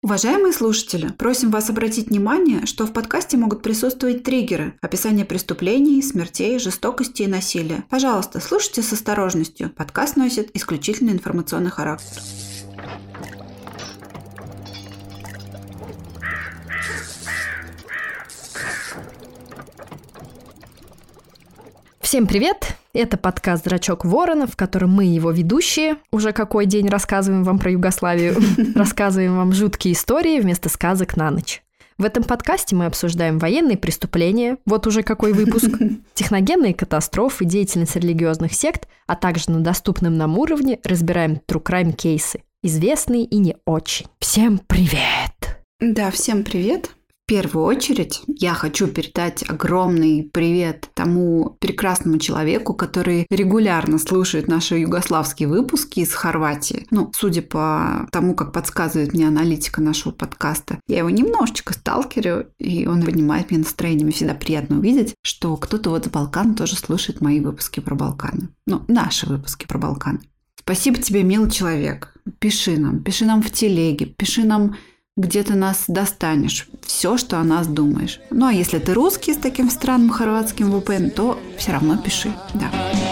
Уважаемые слушатели, просим вас обратить внимание, что в подкасте могут присутствовать триггеры, описание преступлений, смертей, жестокости и насилия. Пожалуйста, слушайте с осторожностью. Подкаст носит исключительно информационный характер. Всем привет! Это подкаст «Зрачок Ворона», в котором мы, его ведущие, уже какой день рассказываем вам про Югославию, рассказываем вам жуткие истории вместо сказок на ночь. В этом подкасте мы обсуждаем военные преступления, вот уже какой выпуск, техногенные катастрофы, деятельность религиозных сект, а также на доступном нам уровне разбираем true crime кейсы, известные и не очень. Всем привет! Да, всем привет! В первую очередь я хочу передать огромный привет тому прекрасному человеку, который регулярно слушает наши югославские выпуски из Хорватии. Судя по тому, как подсказывает мне аналитика нашего подкаста, я его немножечко сталкерю, и он поднимает мне настроение. Мне всегда приятно увидеть, что кто-то вот с Балкан тоже слушает мои выпуски про Балканы. Наши выпуски про Балканы. Спасибо тебе, милый человек. Пиши нам в телеге, пиши нам, где ты нас достанешь, все, что о нас думаешь. А если ты русский с таким странным хорватским VPN, то все равно пиши. Да.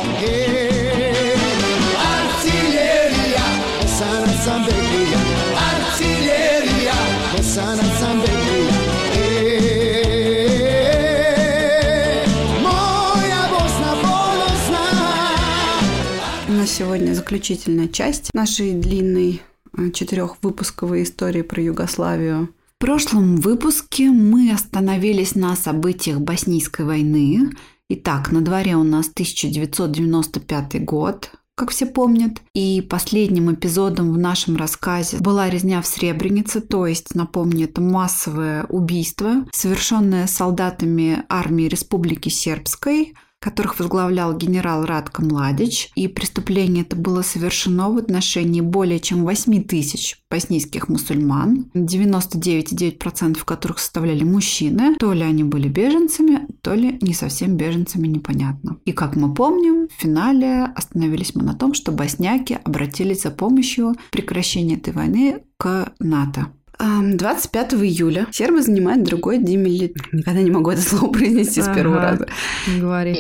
У нас сегодня заключительная часть нашей длинной 4-выпусковой истории про Югославию. В прошлом выпуске мы остановились на событиях Боснийской войны. Итак, на дворе у нас 1995 год, как все помнят. И последним эпизодом в нашем рассказе была резня в Сребренице, то есть, напомню, это массовое убийство, совершенное солдатами армии Республики Сербской, которых возглавлял генерал Ратко Младич, и преступление это было совершено в отношении более чем 8 тысяч боснийских мусульман, 99,9% которых составляли мужчины. То ли они были беженцами, то ли не совсем беженцами, непонятно. И как мы помним, в финале остановились мы на том, что босняки обратились за помощью в прекращении этой войны к НАТО. 25 июля сербы занимают другой демилитаризованный... Никогда не могу это слово произнести с первого раза. Говори.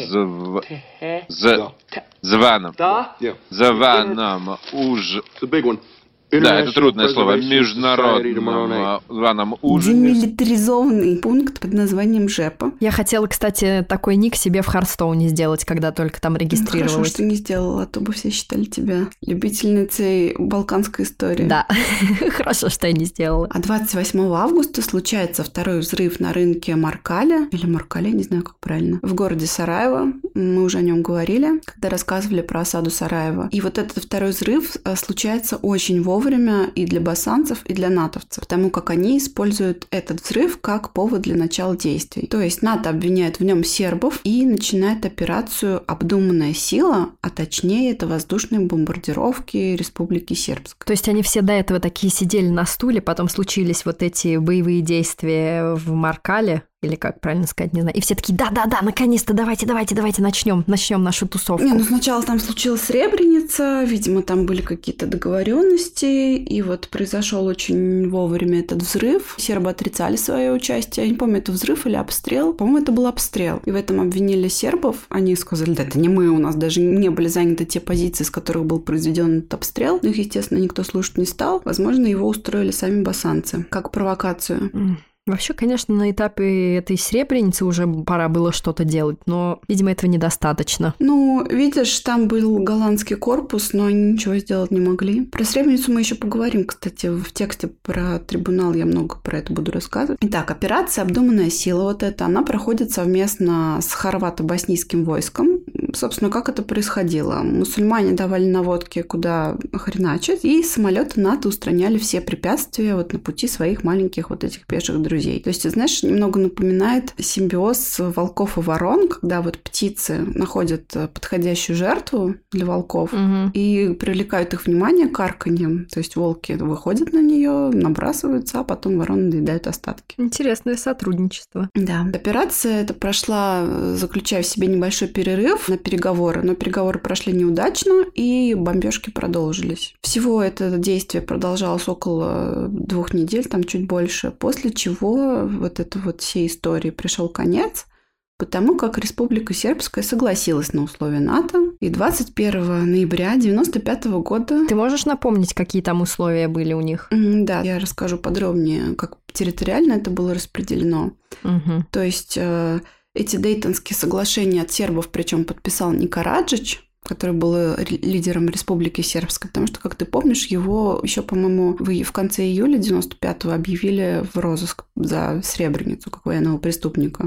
Званом. Да, это трудное слово. Международном званом ужине. Демилитаризованный пункт под названием Жепа. Я хотела, кстати, такой ник себе в Харстоуне сделать, когда только там регистрировалась. Хорошо, что не сделала, а то бы все считали тебя любительницей балканской истории. Да, хорошо, что я не сделала. А 28 августа случается второй взрыв на рынке Маркале, или Маркале, не знаю, как правильно, в городе Сараево. Мы уже о нем говорили, когда рассказывали про осаду Сараева. И вот этот второй взрыв случается очень вовремя и для боссанцев, и для натовцев, потому как они используют этот взрыв как повод для начала действий. То есть НАТО обвиняет в нем сербов и начинает операцию «Обдуманная сила», а точнее это воздушные бомбардировки Республики Сербской. То есть они все до этого такие сидели на стуле, потом случились вот эти боевые действия в Маркале, или как правильно сказать, не знаю. И все такие, да-да-да, наконец-то, давайте начнем нашу тусовку. Сначала там случилась Сребреница, видимо, там были какие-то договоренности, и вот произошел очень вовремя этот взрыв. Сербы отрицали свое участие. Я не помню, это взрыв или обстрел. По-моему, это был обстрел. И в этом обвинили сербов. Они сказали, да, это не мы, у нас даже не были заняты те позиции, с которых был произведен этот обстрел. Но их, естественно, никто слушать не стал. Возможно, его устроили сами боссанцы, как провокацию. Вообще, конечно, на этапе этой Сребреницы уже пора было что-то делать, но, видимо, этого недостаточно. Видишь, там был голландский корпус, но они ничего сделать не могли. Про Сребреницу мы еще поговорим, кстати, в тексте про трибунал я много про это буду рассказывать. Итак, операция «Обдуманная сила», вот эта, она проходит совместно с хорвато-боснийским войском. Собственно, как это происходило? Мусульмане давали наводки, куда хреначить, и самолеты НАТО устраняли все препятствия вот на пути своих маленьких вот этих пеших друзей. друзей. То есть, знаешь, немного напоминает симбиоз волков и ворон, когда вот птицы находят подходящую жертву для волков и привлекают их внимание карканьем. То есть волки выходят на нее, набрасываются, а потом вороны доедают остатки. Интересное сотрудничество. Да. Операция эта прошла, заключая в себе небольшой перерыв на переговоры, но переговоры прошли неудачно, и бомбежки продолжились. Всего это действие продолжалось около 2 недель, там чуть больше, после чего вот это вот всей истории пришел конец, потому как Республика Сербская согласилась на условия НАТО, и 21 ноября 1995 года... Ты можешь напомнить, какие там условия были у них? Да, я расскажу подробнее, как территориально это было распределено. То есть эти Дейтонские соглашения от сербов, причем подписал не Караджич, который был лидером Республики Сербской, потому что, как ты помнишь, его еще, по-моему, в конце июля 95-го объявили в розыск за Сребреницу, как военного преступника.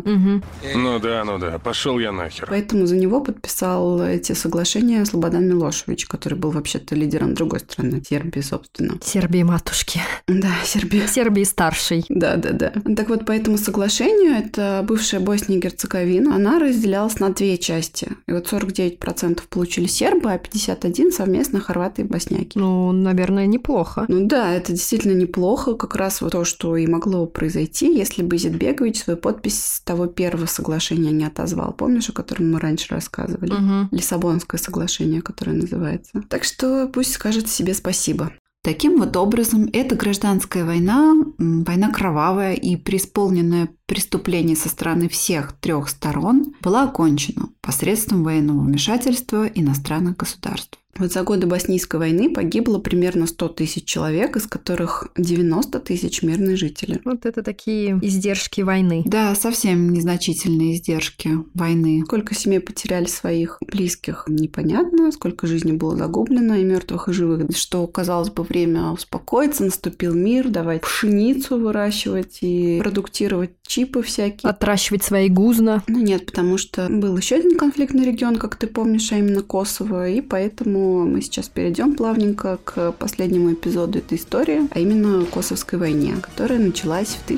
Ну да, пошел я нахер. Поэтому за него подписал эти соглашения Слободан Милошевич, который был вообще-то лидером другой страны, Сербии, собственно. Сербии матушки. Да, Сербии. Сербии старшей. Да. Так вот, по этому соглашению, это бывшая Босния и Герцеговина, она разделялась на 2 части. И вот 49% получили сербы, а 51% совместно хорваты и босняки. Ну, наверное, неплохо. Ну да, это действительно неплохо. Как раз вот то, что и могло произойти, если бы Изетбегович свою подпись с того первого соглашения не отозвал. Помнишь, о котором мы раньше рассказывали? Лиссабонское соглашение, которое называется. Так что пусть скажет себе спасибо. Таким вот образом, эта гражданская война, война кровавая и преисполненная преступлений со стороны всех 3 сторон, была окончена посредством военного вмешательства иностранных государств. Вот за годы Боснийской войны погибло примерно 100 тысяч человек, из которых 90 тысяч мирные жители. Вот это такие издержки войны. Да, совсем незначительные издержки войны. Сколько семей потеряли своих близких, непонятно. Сколько жизней было загублено, и мертвых, и живых. Что, казалось бы, время успокоиться, наступил мир, давай пшеницу выращивать и продуктировать чипы всякие. Отращивать свои гузна. Ну нет, потому что был еще один конфликтный регион, как ты помнишь, а именно Косово, и поэтому мы сейчас перейдем плавненько к последнему эпизоду этой истории, а именно Косовской войне, которая началась в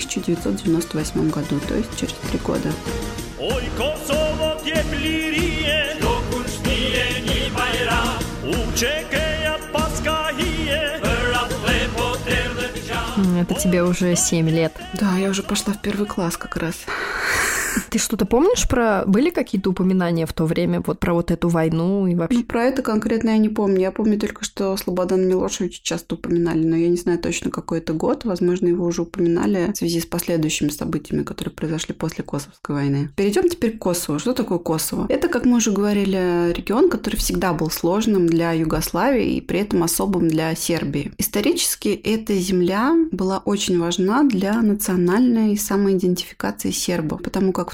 1998 году, то есть через 3 года. Ой, Косово теплирие, это тебе уже 7 лет. Да, я уже пошла в 1 класс как раз. Ты что-то помнишь были какие-то упоминания в то время вот про вот эту войну и вообще? Ну, про это конкретно я не помню. Я помню только, что Слободана Милошевича часто упоминали, но я не знаю точно, какой это год. Возможно, его уже упоминали в связи с последующими событиями, которые произошли после Косовской войны. Перейдем теперь к Косово. Что такое Косово? Это, как мы уже говорили, регион, который всегда был сложным для Югославии и при этом особым для Сербии. Исторически эта земля была очень важна для национальной самоидентификации сербов, потому как в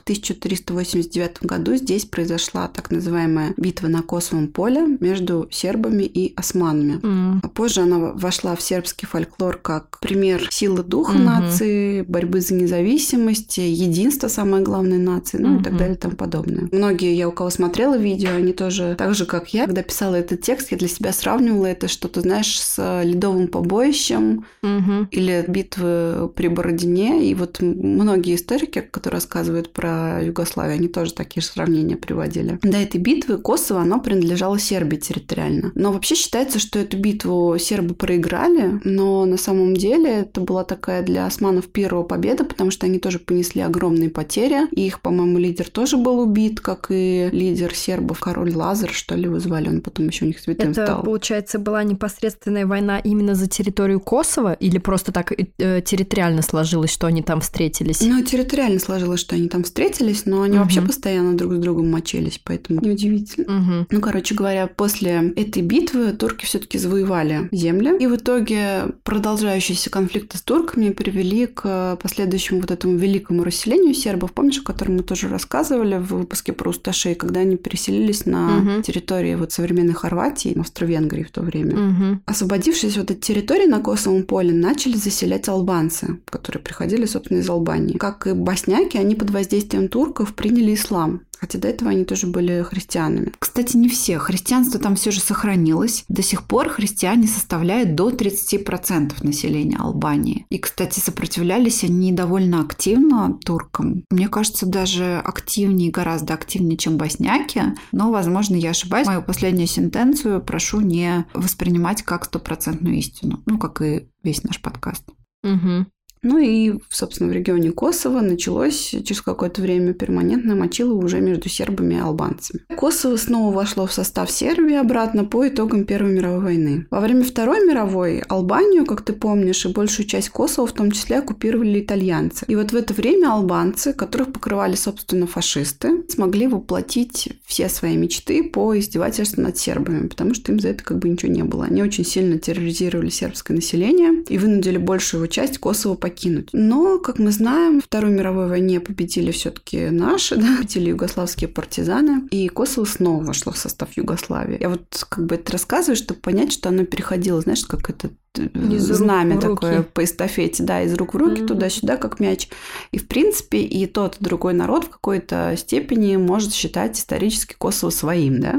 1389 году здесь произошла так называемая битва на Косовом поле между сербами и османами. А позже она вошла в сербский фольклор как пример силы духа нации, борьбы за независимость, единства самой главной нации, ну и так далее и тому подобное. Многие, я у кого смотрела видео, они тоже, так же как я, когда писала этот текст, я для себя сравнивала это что-то, знаешь, с ледовым побоищем или битвы при Бородине. И вот многие историки, которые рассказывают про Югославию, они тоже такие же сравнения приводили. До этой битвы Косово, оно принадлежало Сербии территориально. Но вообще считается, что эту битву сербы проиграли, но на самом деле это была такая для османов первая победа, потому что они тоже понесли огромные потери. И их, по-моему, лидер тоже был убит, как и лидер сербов, король Лазар, что ли, его звали, он потом еще у них святым стал. Это, получается, была непосредственная война именно за территорию Косово или просто так территориально сложилось, что они там встретились? Ну, территориально сложилось, что они там встретились, но они вообще постоянно друг с другом мочились, поэтому неудивительно. Ну, короче говоря, после этой битвы турки все-таки завоевали земли, и в итоге продолжающиеся конфликты с турками привели к последующему вот этому великому расселению сербов, помнишь, о котором мы тоже рассказывали в выпуске про усташей, когда они переселились на территории вот современной Хорватии, Австро-Венгрии в то время. Освободившись вот эти территории на Косовом поле, начали заселять албанцы, которые приходили, собственно, из Албании. Как и босняки, они под воздействием нашествием турков приняли ислам. Хотя до этого они тоже были христианами. Кстати, не все. Христианство там все же сохранилось. До сих пор христиане составляют до 30% населения Албании. И, кстати, сопротивлялись они довольно активно туркам. Мне кажется, даже активнее, гораздо активнее, чем босняки. Но, возможно, я ошибаюсь. Мою последнюю сентенцию прошу не воспринимать как 100% истину. Как и весь наш подкаст. Угу. И, собственно, в регионе Косово началось через какое-то время перманентное мочилово уже между сербами и албанцами. Косово снова вошло в состав Сербии обратно по итогам Первой мировой войны. Во время Второй мировой Албанию, как ты помнишь, и большую часть Косово в том числе оккупировали итальянцы. И вот в это время албанцы, которых покрывали, собственно, фашисты, смогли воплотить все свои мечты по издевательству над сербами, потому что им за это ничего не было. Они очень сильно терроризировали сербское население и вынудили большую его часть Косово покинуть. Но, как мы знаем, в Второй мировой войне победили все-таки наши, победили югославские партизаны, и Косово снова вошло в состав Югославии. Я это рассказываю, чтобы понять, что оно переходило, знаешь, как это знамя такое по эстафете, из рук в руки, туда-сюда, как мяч. И, в принципе, и тот, и другой народ в какой-то степени может считать исторически Косово своим, да?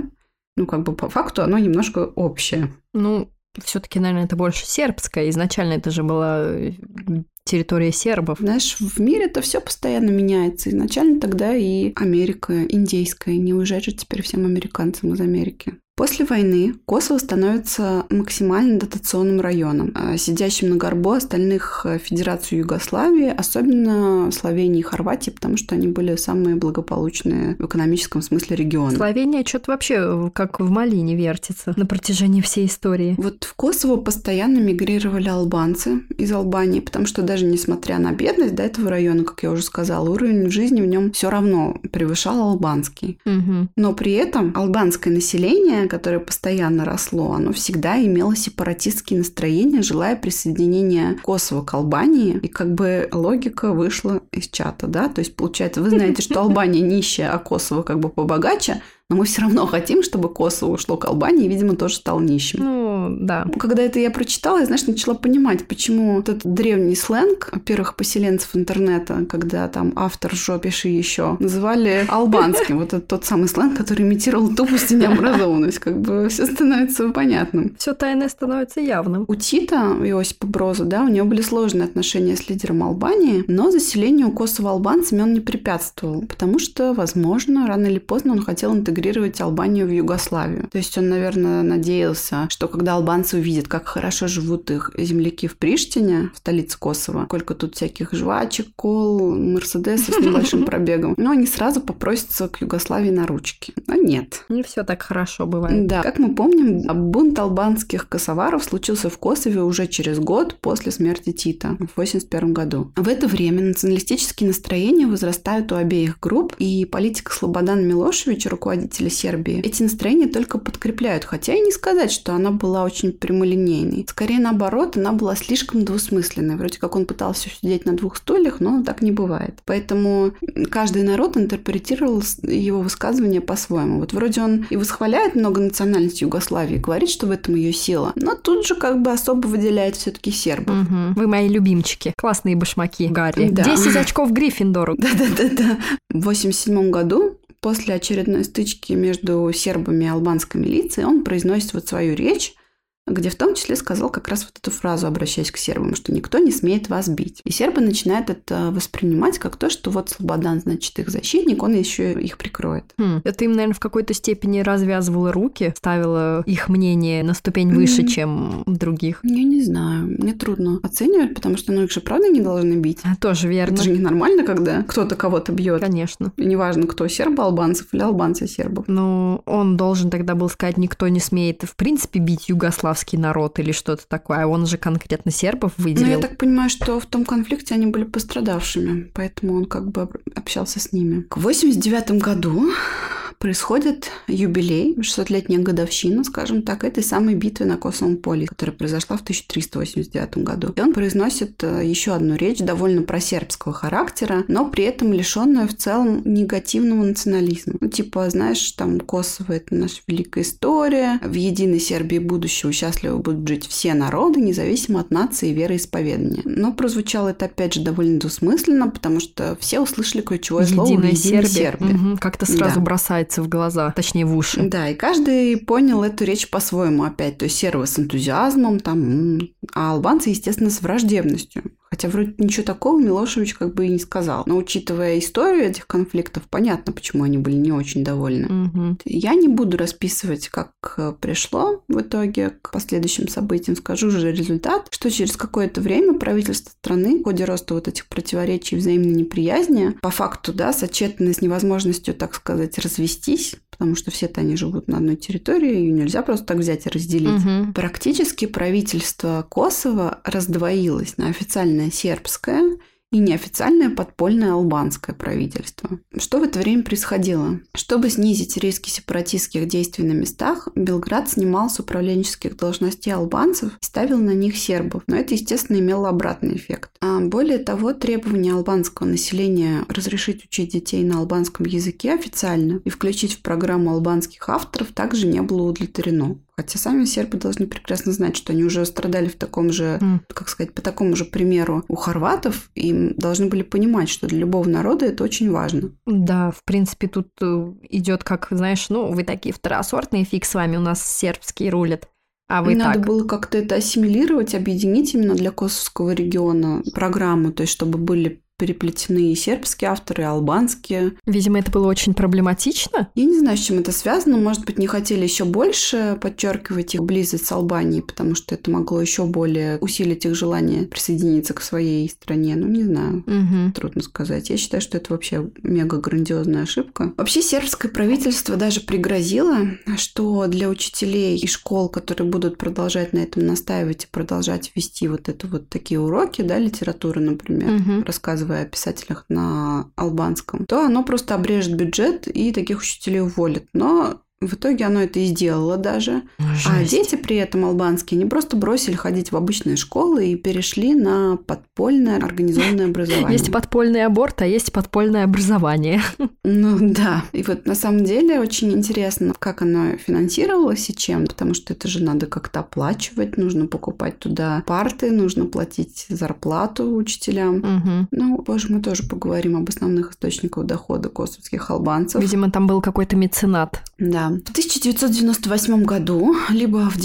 По факту оно немножко общее. Все-таки, наверное, это больше сербское. Изначально это же была территория сербов. Знаешь, в мире это все постоянно меняется. Изначально тогда и Америка индейская. Не уезжать же теперь всем американцам из Америки. После войны Косово становится максимально дотационным районом, сидящим на горбу остальных федераций Югославии, особенно Словении и Хорватии, потому что они были самые благополучные в экономическом смысле регионы. Словения что-то вообще как в малине вертится на протяжении всей истории. Вот в Косово постоянно мигрировали албанцы из Албании, потому что даже несмотря на бедность этого района, как я уже сказала, уровень жизни в нем все равно превышал албанский. Угу. Но при этом албанское население, которое постоянно росло, оно всегда имело сепаратистские настроения, желая присоединения Косово к Албании. И логика вышла из чата, да? То есть, получается, вы знаете, что Албания нищая, а Косово побогаче, но мы все равно хотим, чтобы Косово ушло к Албании и, видимо, тоже стал нищим. Да. Когда это я прочитала, я, начала понимать, почему этот древний сленг первых поселенцев интернета, когда там автор «жо, пиши еще», называли албанским. Вот это тот самый сленг, который имитировал тупость и необразованность. Все становится понятным. Все тайное становится явным. У Тита, Иосипа Броза, у него были сложные отношения с лидером Албании, но заселению Косово албанцами он не препятствовал, потому что, возможно, рано или поздно он хотел интегрировать Албанию в Югославию. То есть он, наверное, надеялся, что когда албанцы увидят, как хорошо живут их земляки в Приштине, в столице Косово, сколько тут всяких жвачек, кол, мерседесов с небольшим пробегом, они сразу попросятся к Югославии на ручки. Но нет. Не все так хорошо бывает. Да. Как мы помним, бунт албанских косоваров случился в Косове уже через год после смерти Тита в 1981 году. В это время националистические настроения возрастают у обеих групп, и политика Слободана Милошевича, руководителя Сербии, эти настроения только подкрепляют, хотя и не сказать, что она была очень прямолинейной. Скорее наоборот, она была слишком двусмысленной. Вроде как он пытался сидеть на двух стульях, но так не бывает. Поэтому каждый народ интерпретировал его высказывания по-своему. Вот вроде он и восхваляет многонациональность Югославии, говорит, что в этом ее сила, но тут же особо выделяет все-таки сербов. Угу. Вы мои любимчики. Классные башмаки, Гарри. Да. 10 очков Гриффиндору. Да. В 1987 году, после очередной стычки между сербами и албанской милицией, он произносит свою речь, где в том числе сказал как раз эту фразу, обращаясь к сербам, что никто не смеет вас бить. И сербы начинают это воспринимать как то, что Слободан, значит, их защитник, он еще их прикроет. Это им, наверное, в какой-то степени развязывало руки, ставило их мнение на ступень выше, чем других. Я не знаю, мне трудно оценивать, потому что их же правда не должны бить. Тоже верно. Это же ненормально, когда кто-то кого-то бьет. Конечно. И неважно, кто, сербы албанцев или албанцы сербов. Он должен тогда был сказать, никто не смеет, в принципе, бить югославский народ или что-то такое, а он же конкретно сербов выделил. Я так понимаю, что в том конфликте они были пострадавшими, поэтому он общался с ними. В 1989 году происходит юбилей, 600-летняя годовщина, скажем так, этой самой битвы на Косовом поле, которая произошла в 1389 году. И он произносит еще одну речь, довольно просербского характера, но при этом лишенную в целом негативного национализма. Ну, типа, знаешь, там Косово – это наша великая история, в единой Сербии будущего счастливо будут жить все народы, независимо от нации и вероисповедания. Но прозвучало это, опять же, довольно двусмысленно, потому что все услышали ключевое слово «Единая Сербия». Угу, как-то сразу бросается в глаза, точнее в уши. Да, и каждый понял эту речь по-своему опять. То есть сербы с энтузиазмом, а албанцы, естественно, с враждебностью. Хотя вроде ничего такого Милошевич как бы и не сказал. Но учитывая историю этих конфликтов, понятно, почему они были не очень довольны. Угу. Я не буду расписывать, как пришло в итоге к последующим событиям. Скажу же результат, что через какое-то время правительство страны в ходе роста вот этих противоречий и взаимной неприязни, по факту, сочетанной с невозможностью, так сказать, развестись, потому что все-то они живут на одной территории, ее нельзя просто так взять и разделить. Угу. Практически правительство Косово раздвоилось на официальное сербское и неофициальное подпольное албанское правительство. Что в это время происходило? Чтобы снизить риски сепаратистских действий на местах, Белград снимал с управленческих должностей албанцев и ставил на них сербов. Но это, естественно, имело обратный эффект. Более того, требование албанского населения разрешить учить детей на албанском языке официально и включить в программу албанских авторов также не было удовлетворено. Хотя сами сербы должны прекрасно знать, что они уже страдали в таком же, по такому же примеру у хорватов, и должны были понимать, что для любого народа это очень важно. Да, в принципе, тут идет как, знаешь, вы такие второсортные, фиг с вами, у нас сербские рулят. А вы Надо так. было как-то это ассимилировать, объединить именно для косовского региона программу, то есть чтобы были переплетены и сербские авторы, и албанские. Видимо, это было очень проблематично. Я не знаю, с чем это связано. Может быть, не хотели еще больше подчеркивать их близость с Албанией, потому что это могло еще более усилить их желание присоединиться к своей стране. Не знаю. Трудно сказать. Я считаю, что это вообще мега грандиозная ошибка. Вообще, сербское правительство даже пригрозило, что для учителей и школ, которые будут продолжать на этом настаивать и продолжать вести такие уроки, литературы, например, рассказывая о писателях на албанском, то оно просто обрежет бюджет и таких учителей уволит. Но в итоге оно это и сделало даже. Жесть. А дети при этом албанские, они просто бросили ходить в обычные школы и перешли на подпольное организованное образование. Есть подпольный аборт, а есть подпольное образование. Да. И на самом деле очень интересно, как оно финансировалось и чем, потому что это же надо как-то оплачивать, нужно покупать туда парты, нужно платить зарплату учителям. Позже мы тоже поговорим об основных источниках дохода косовских албанцев. Видимо, там был какой-то меценат. Да. В 1998 году, либо в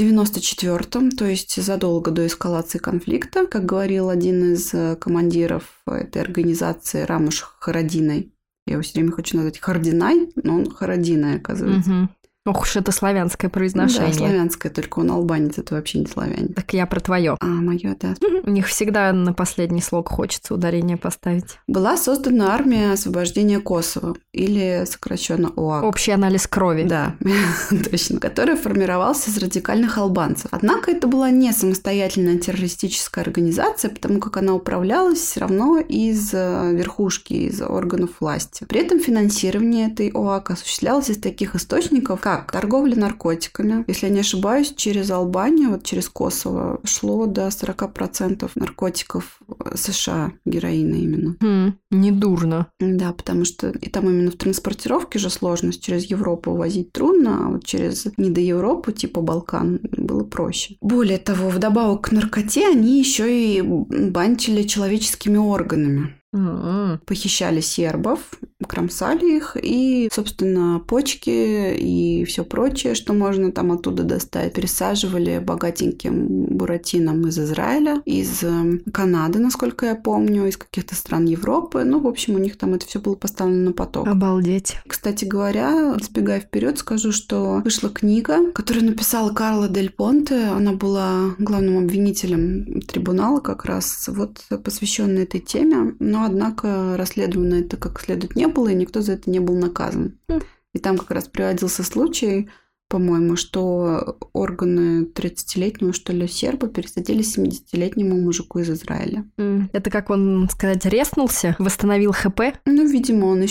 1994, то есть задолго до эскалации конфликта, как говорил один из командиров этой организации Рамуш Харадиной, я его все время хочу назвать Хардинай, но он Харадиной, оказывается. Ох уж это славянское произношение. Да, славянское, только он албанец, это вообще не славянин. Так я про твое. Мое, да. У них всегда на последний слог хочется ударение поставить. Была создана армия освобождения Косово, или сокращенно ОАК. Общий анализ крови. Да, точно. Который формировался из радикальных албанцев. Однако это была не самостоятельная террористическая организация, потому как она управлялась все равно из верхушки, из органов власти. При этом финансирование этой ОАК осуществлялось из таких источников, как торговля наркотиками. Если я не ошибаюсь, через Албанию, через Косово, шло до 40% наркотиков США, героина именно. Недурно. Да, потому что и там именно в транспортировке же сложность. Через Европу возить трудно, а через не до Европы, типа Балкан, было проще. Более того, вдобавок к наркоте они еще и бантили человеческими органами. Похищали сербов, кромсали их и, собственно, почки и все прочее, что можно там оттуда достать, пересаживали богатеньким буратинам из Израиля, из Канады, насколько я помню, из каких-то стран Европы. В общем, у них там это все было поставлено на поток. Обалдеть. Кстати говоря, сбегая вперед, скажу, что вышла книга, которую написала Карла Дель Понте. Она была главным обвинителем трибунала как раз, посвященная этой теме. Но, однако, расследовано это как следует не было, и никто за это не был наказан. И там как раз приводился случай, по-моему, что органы 30-летнего, что ли, серба пересадили 70-летнему мужику из Израиля. Это как он, резнулся, восстановил ХП? Видимо, он еще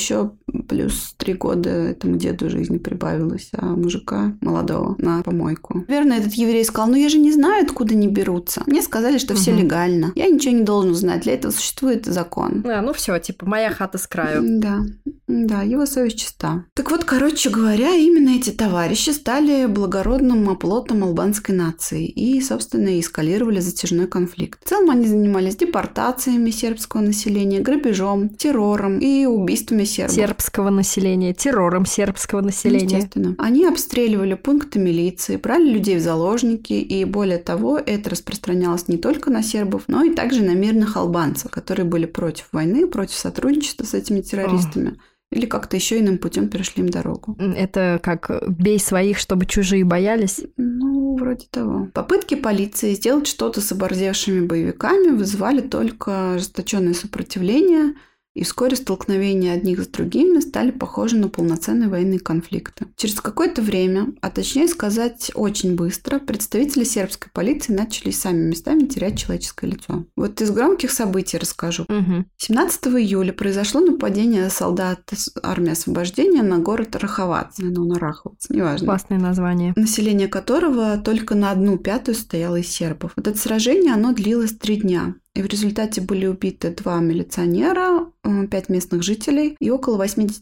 плюс 3 года этому деду жизни прибавилось, а мужика молодого на помойку. Верно, этот еврей сказал, я же не знаю, откуда они берутся. Мне сказали, что все легально. Я ничего не должен знать, для этого существует закон. Все, моя хата с краю. Да, его совесть чиста. Так вот, короче говоря, именно эти товарищи стали благородным оплотом албанской нации и, собственно, эскалировали затяжной конфликт. В целом они занимались депортациями сербского населения, грабежом, террором и убийствами сербов. Сербского населения, террором сербского населения. Естественно. Они обстреливали пункты милиции, брали людей в заложники, и более того, это распространялось не только на сербов, но и также на мирных албанцев, которые были против войны, против сотрудничества с этими террористами. Или как-то еще иным путем перешли им дорогу. Это как бей своих, чтобы чужие боялись? Вроде того. Попытки полиции сделать что-то с оборзевшими боевиками вызывали только ожесточенное сопротивление, и вскоре столкновения одних с другими стали похожи на полноценные военные конфликты. Через какое-то время, а точнее сказать очень быстро, представители сербской полиции начали сами местами терять человеческое лицо. Вот из громких событий расскажу. 17 июля произошло нападение солдат армии освобождения на город Раховац. Раховац, неважно. Классное название. Население которого только на 1/5 состояло из сербов. Вот это сражение, оно длилось 3 дня. И в результате были убиты 2 милиционера, 5 местных жителей и около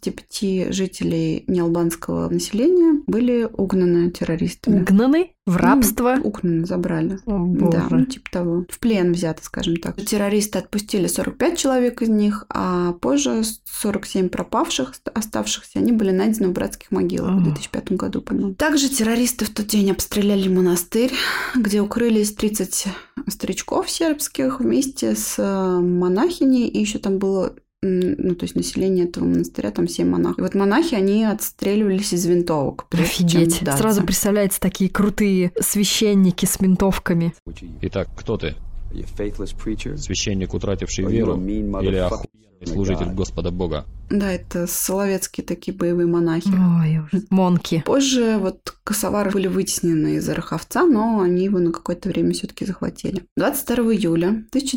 85 жителей неалбанского населения были угнаны террористами. Угнаны? В рабство? Угнаны, забрали. О, боже. Да, типа того. В плен взяты, скажем так. Террористы отпустили 45 человек из них, а позже 47 пропавших, оставшихся, они были найдены в братских могилах в 2005 году, по-моему. Также террористы в тот день обстреляли монастырь, где укрылись 30 старичков сербских вместе с монахиней, и еще там было... то есть население этого монастыря, там 7 монахов. И вот монахи, они отстреливались из винтовок. Офигеть. Сразу представляются такие крутые священники с винтовками. Итак, кто ты? Священник, утративший веру, или охуенный служитель Господа Бога? Да, это соловецкие такие боевые монахи. Ой, монки. Позже вот косовары были вытеснены из Раховца, но они его на какое-то время все-таки захватили. 22 июля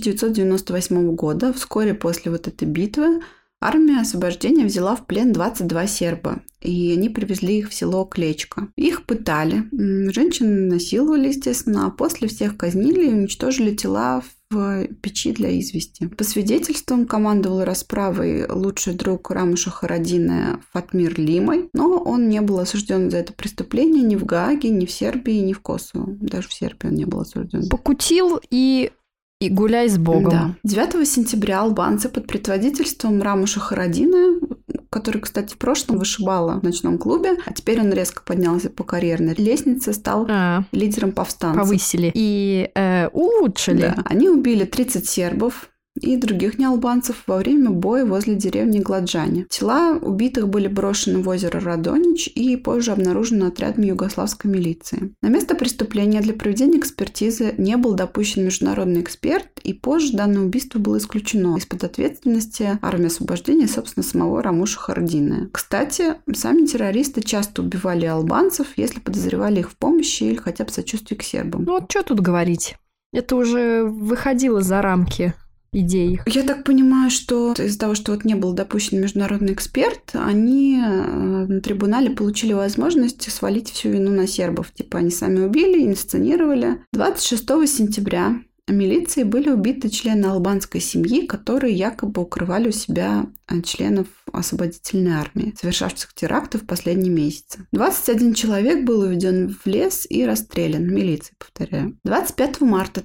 1998 года, вскоре после вот этой битвы, армия освобождения взяла в плен 22 серба, и они привезли их в село Клечко. Их пытали, женщин насиловали, естественно, а после всех казнили и уничтожили тела в печи для извести. По свидетельствам, командовал расправой лучший друг Рамуша Харадина Фатмир Лимой, но он не был осужден за это преступление ни в Гааге, ни в Сербии, ни в Косово. Даже в Сербии он не был осужден. Покутил и гуляй с Богом. Да. 9 сентября албанцы под предводительством Рамуша Харадина, который, кстати, в прошлом вышибала в ночном клубе, а теперь он резко поднялся по карьерной лестнице, стал лидером повстанцев. Повысили и улучшили. Да. Они убили 30 сербов и других неалбанцев во время боя возле деревни Гладжани. Тела убитых были брошены в озеро Радонич и позже обнаружены отрядом югославской милиции. На место преступления для проведения экспертизы не был допущен международный эксперт, и позже данное убийство было исключено из-под ответственности армии освобождения, собственно, самого Рамуша Харадина. Кстати, сами террористы часто убивали албанцев, если подозревали их в помощи или хотя бы сочувствии к сербам. Ну вот что тут говорить? Это уже выходило за рамки идей. Я так понимаю, что из-за того, что вот не был допущен международный эксперт, они на трибунале получили возможность свалить всю вину на сербов. Типа они сами убили, инсценировали. 26 сентября милицией были убиты члены албанской семьи, которые якобы укрывали у себя членов освободительной армии, совершавших теракты в последние месяцы. 21 человек был уведен в лес и расстрелян. Милицией, повторяю. 25 марта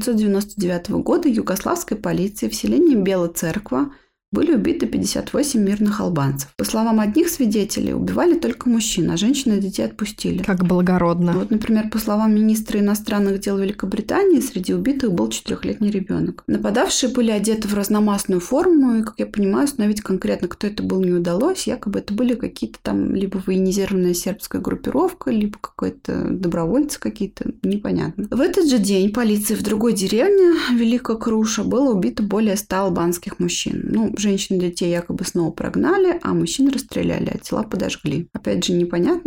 1999 года югославской полицией в селении Бела Церква были убиты 58 мирных албанцев. По словам одних свидетелей, убивали только мужчин, а женщин и детей отпустили. Как благородно. Вот, например, по словам министра иностранных дел Великобритании, среди убитых был 4-летний ребенок. Нападавшие были одеты в разномастную форму, и, как я понимаю, установить конкретно, кто это был, не удалось. Якобы это были какие-то там либо военизированная сербская группировка, либо какой-то добровольцы какие-то, непонятно. В этот же день полиции в другой деревне, Великая Круша, было убито более 100 албанских мужчин. Женщин и детей якобы снова прогнали, а мужчин расстреляли, а тела подожгли. Опять же, непонятно,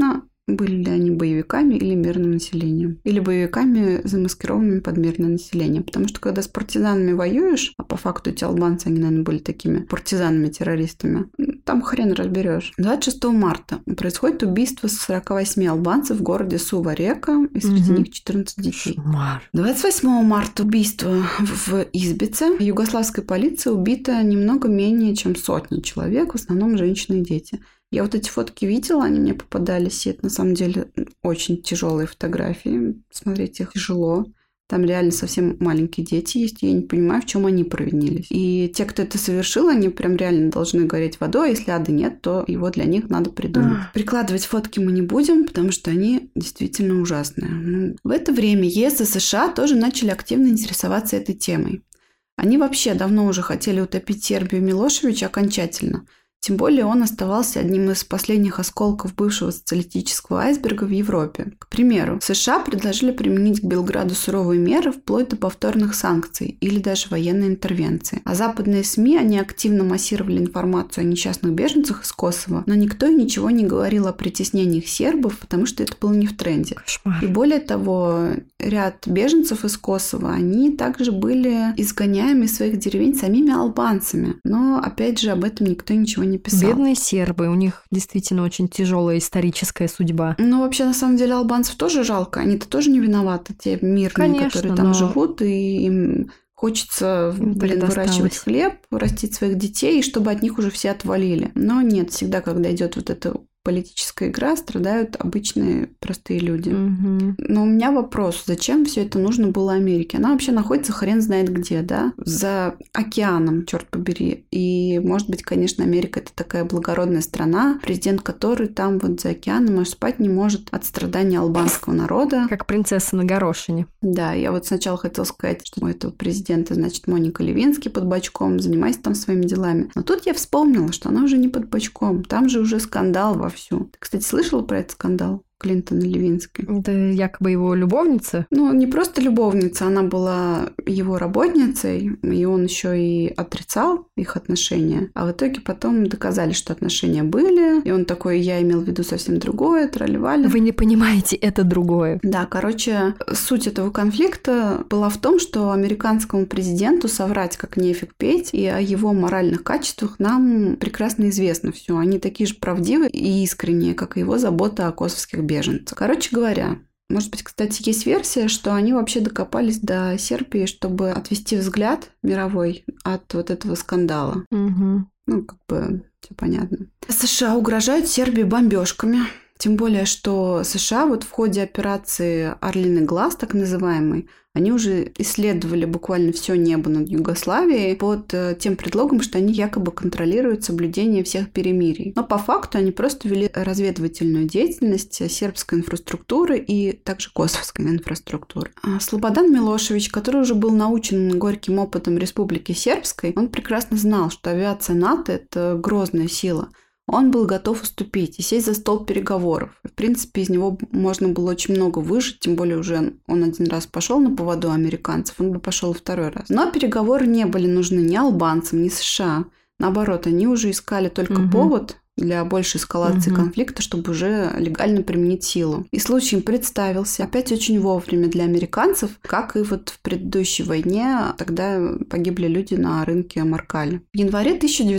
были ли они боевиками или мирным населением. Или боевиками, замаскированными под мирное население. Потому что когда с партизанами воюешь, а по факту эти албанцы, они, наверное, были такими партизанами-террористами, там хрен разберешь. 26 марта происходит убийство 48 албанцев в городе Сува-Река, и среди них 14 детей. Шмар. 28 марта убийство в Избице. Югославской полиции убито немного менее чем 100 человек, в основном женщины и дети. Я вот эти фотки видела, они мне попадались, и это на самом деле очень тяжелые фотографии. Смотреть их тяжело. Там реально совсем маленькие дети есть, и я не понимаю, в чем они провинились. И те, кто это совершил, они прям реально должны гореть водой, а если ада нет, то его для них надо придумать. Прикладывать фотки мы не будем, потому что они действительно ужасные. В это время ЕС и США тоже начали активно интересоваться этой темой. Они вообще давно уже хотели утопить Сербию Милошевича окончательно. Тем более он оставался одним из последних осколков бывшего социалистического айсберга в Европе. К примеру, США предложили применить к Белграду суровые меры вплоть до повторных санкций или даже военной интервенции. А западные СМИ, они активно массировали информацию о несчастных беженцах из Косово, но никто и ничего не говорил о притеснениях сербов, потому что это было не в тренде. Кошмар. И более того, ряд беженцев из Косово, они также были изгоняемы из своих деревень самими албанцами. Но, опять же, об этом никто ничего не писал. Бедные сербы, у них действительно очень тяжелая историческая судьба. Ну, вообще, на самом деле, албанцев тоже жалко. Они-то тоже не виноваты, те мирные, конечно, которые там живут, и им хочется, выращивать хлеб, растить своих детей, и чтобы от них уже все отвалили. Но нет, всегда, когда идет вот эта политическая игра, страдают обычные простые люди. Но у меня вопрос, зачем все это нужно было Америке? Она вообще находится хрен знает где, да? За океаном, черт побери. И, может быть, конечно, Америка — это такая благородная страна, президент которой там вот за океаном аж спать не может от страдания албанского народа. Как принцесса на горошине. Да, я вот сначала хотела сказать, что у этого президента, значит, Моника Левински под бочком, занимайся там своими делами. Но тут я вспомнила, что она уже не под бочком. Там же уже скандал вовсю. Ты, кстати, слышала про этот скандал Клинтона Левински? Это якобы его любовница? Ну, не просто любовница, она была его работницей, и он еще и отрицал их отношения. А в итоге потом доказали, что отношения были, и он такой: я имел в виду совсем другое, тролливали. Вы не понимаете, это другое. Да, короче, суть этого конфликта была в том, что американскому президенту соврать как нефиг петь, и о его моральных качествах нам прекрасно известно все. Они такие же правдивые и искренние, как и его забота о косовских беженцев. Короче говоря, может быть, кстати, есть версия, что они вообще докопались до Сербии, чтобы отвести взгляд мировой от вот этого скандала. Ну, как бы, все понятно. США угрожают Сербии бомбежками. Тем более, что США вот в ходе операции «Орлиный глаз», так называемой, они уже исследовали буквально все небо над Югославией под тем предлогом, что они якобы контролируют соблюдение всех перемирий. Но по факту они просто вели разведывательную деятельность сербской инфраструктуры и также косовской инфраструктуры. Слободан Милошевич, который уже был научен горьким опытом Республики Сербской, он прекрасно знал, что авиация НАТО – это грозная сила. Он был готов уступить и сесть за стол переговоров. В принципе, из него можно было очень много выжить, тем более уже он один раз пошел на поводу американцев, он бы пошел второй раз. Но переговоры не были нужны ни албанцам, ни США. Наоборот, они уже искали только повод для большей эскалации конфликта, чтобы уже легально применить силу. И случай им представился опять очень вовремя для американцев, как и вот в предыдущей войне, тогда погибли люди на рынке Маркале. В январе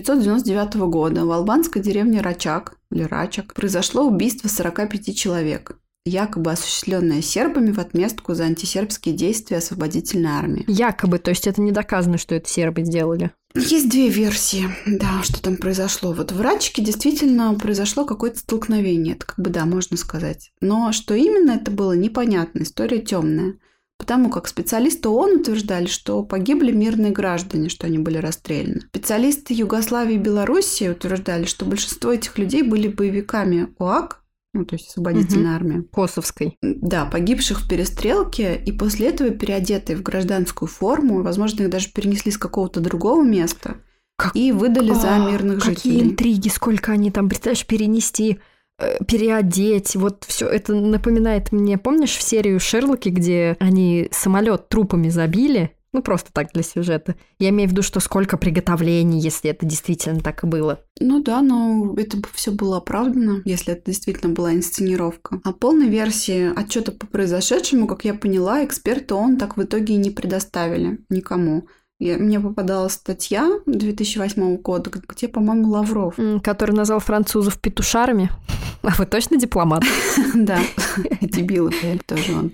1999 года в албанской деревне Рачак произошло убийство 45 человек, якобы осуществленное сербами в отместку за антисербские действия освободительной армии. Якобы, то есть это не доказано, что это сербы сделали? Есть две версии, да, что там произошло. Вот в Рачке действительно произошло какое-то столкновение, это как бы, да, можно сказать. Но что именно это было, непонятно, история темная. Потому как специалисты ООН утверждали, что погибли мирные граждане, что они были расстреляны. Специалисты Югославии и Белоруссии утверждали, что большинство этих людей были боевиками ОАК, ну, то есть освободительная армия. Косовской. Да, погибших в перестрелке, и после этого переодетые в гражданскую форму, возможно, их даже перенесли с какого-то другого места и выдали за мирных жителей. Какие интриги, сколько они там, представляешь, перенести, переодеть, вот все это напоминает мне, помнишь, в серию Шерлоки, где они самолет трупами забили? Ну, просто так для сюжета. Я имею в виду, что сколько приготовлений, если это действительно так и было. Ну да, но это все было оправдано, если это действительно была инсценировка. А полной версии отчета по произошедшему, как я поняла, эксперты ООН так в итоге и не предоставили никому. Мне попадалась статья 2008 года, где, по-моему, Лавров. Который назвал французов петушарами. А вы точно дипломат? Да, дебилы, тоже он.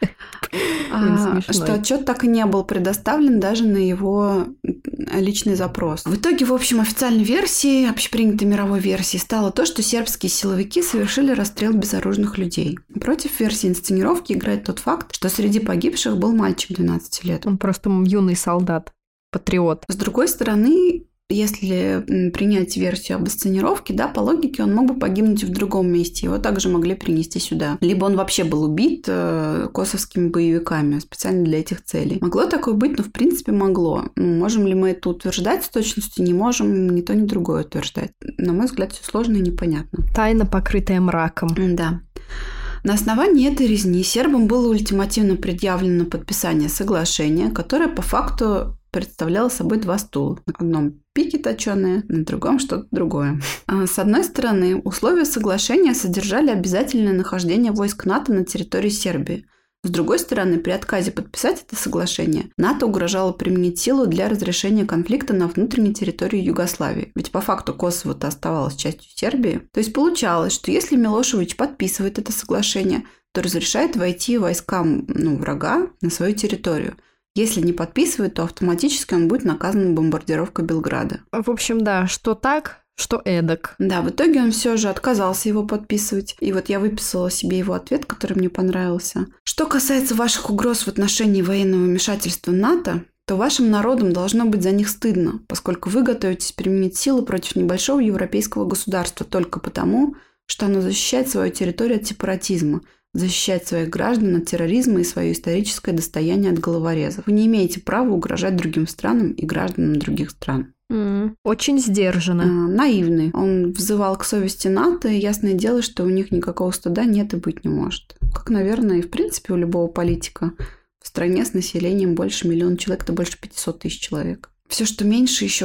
Что отчет так и не был предоставлен даже на его личный запрос. В итоге, в общем, официальной версией, общепринятой мировой версией стало то, что сербские силовики совершили расстрел безоружных людей. Против версии инсценировки играет тот факт, что среди погибших был мальчик 12 лет. Он просто юный солдат, патриот. С другой стороны, если принять версию об инсценировке, да, по логике он мог бы погибнуть в другом месте. Его также могли принести сюда. Либо он вообще был убит косовскими боевиками специально для этих целей. Могло такое быть, но в принципе могло. Можем ли мы это утверждать с точностью? Не можем ни то, ни другое утверждать. На мой взгляд, все сложно и непонятно. Тайна, покрытая мраком. Да. На основании этой резни сербам было ультимативно предъявлено подписание соглашения, которое по факту представляло собой два стула. На одном пики точеные, на другом что-то другое. С одной стороны, условия соглашения содержали обязательное нахождение войск НАТО на территории Сербии. С другой стороны, при отказе подписать это соглашение, НАТО угрожало применить силу для разрешения конфликта на внутренней территории Югославии. Ведь по факту Косово-то оставалось частью Сербии. То есть получалось, что если Милошевич подписывает это соглашение, то разрешает войти войскам врага на свою территорию. Если не подписывает, то автоматически он будет наказан бомбардировкой Белграда. В общем, да, что так, что эдак. Да, в итоге он все же отказался его подписывать. И вот я выписала себе его ответ, который мне понравился. Что касается ваших угроз в отношении военного вмешательства НАТО, то вашим народам должно быть за них стыдно, поскольку вы готовитесь применить силу против небольшого европейского государства только потому, что оно защищает свою территорию от сепаратизма, защищать своих граждан от терроризма и свое историческое достояние от головорезов. Вы не имеете права угрожать другим странам и гражданам других стран. Очень сдержанно. Наивный. Он взывал к совести НАТО, и ясное дело, что у них никакого стыда нет и быть не может. Как, наверное, и в принципе у любого политика в стране с населением больше миллиона человек, это больше 500 тысяч человек. Все, что меньше, еще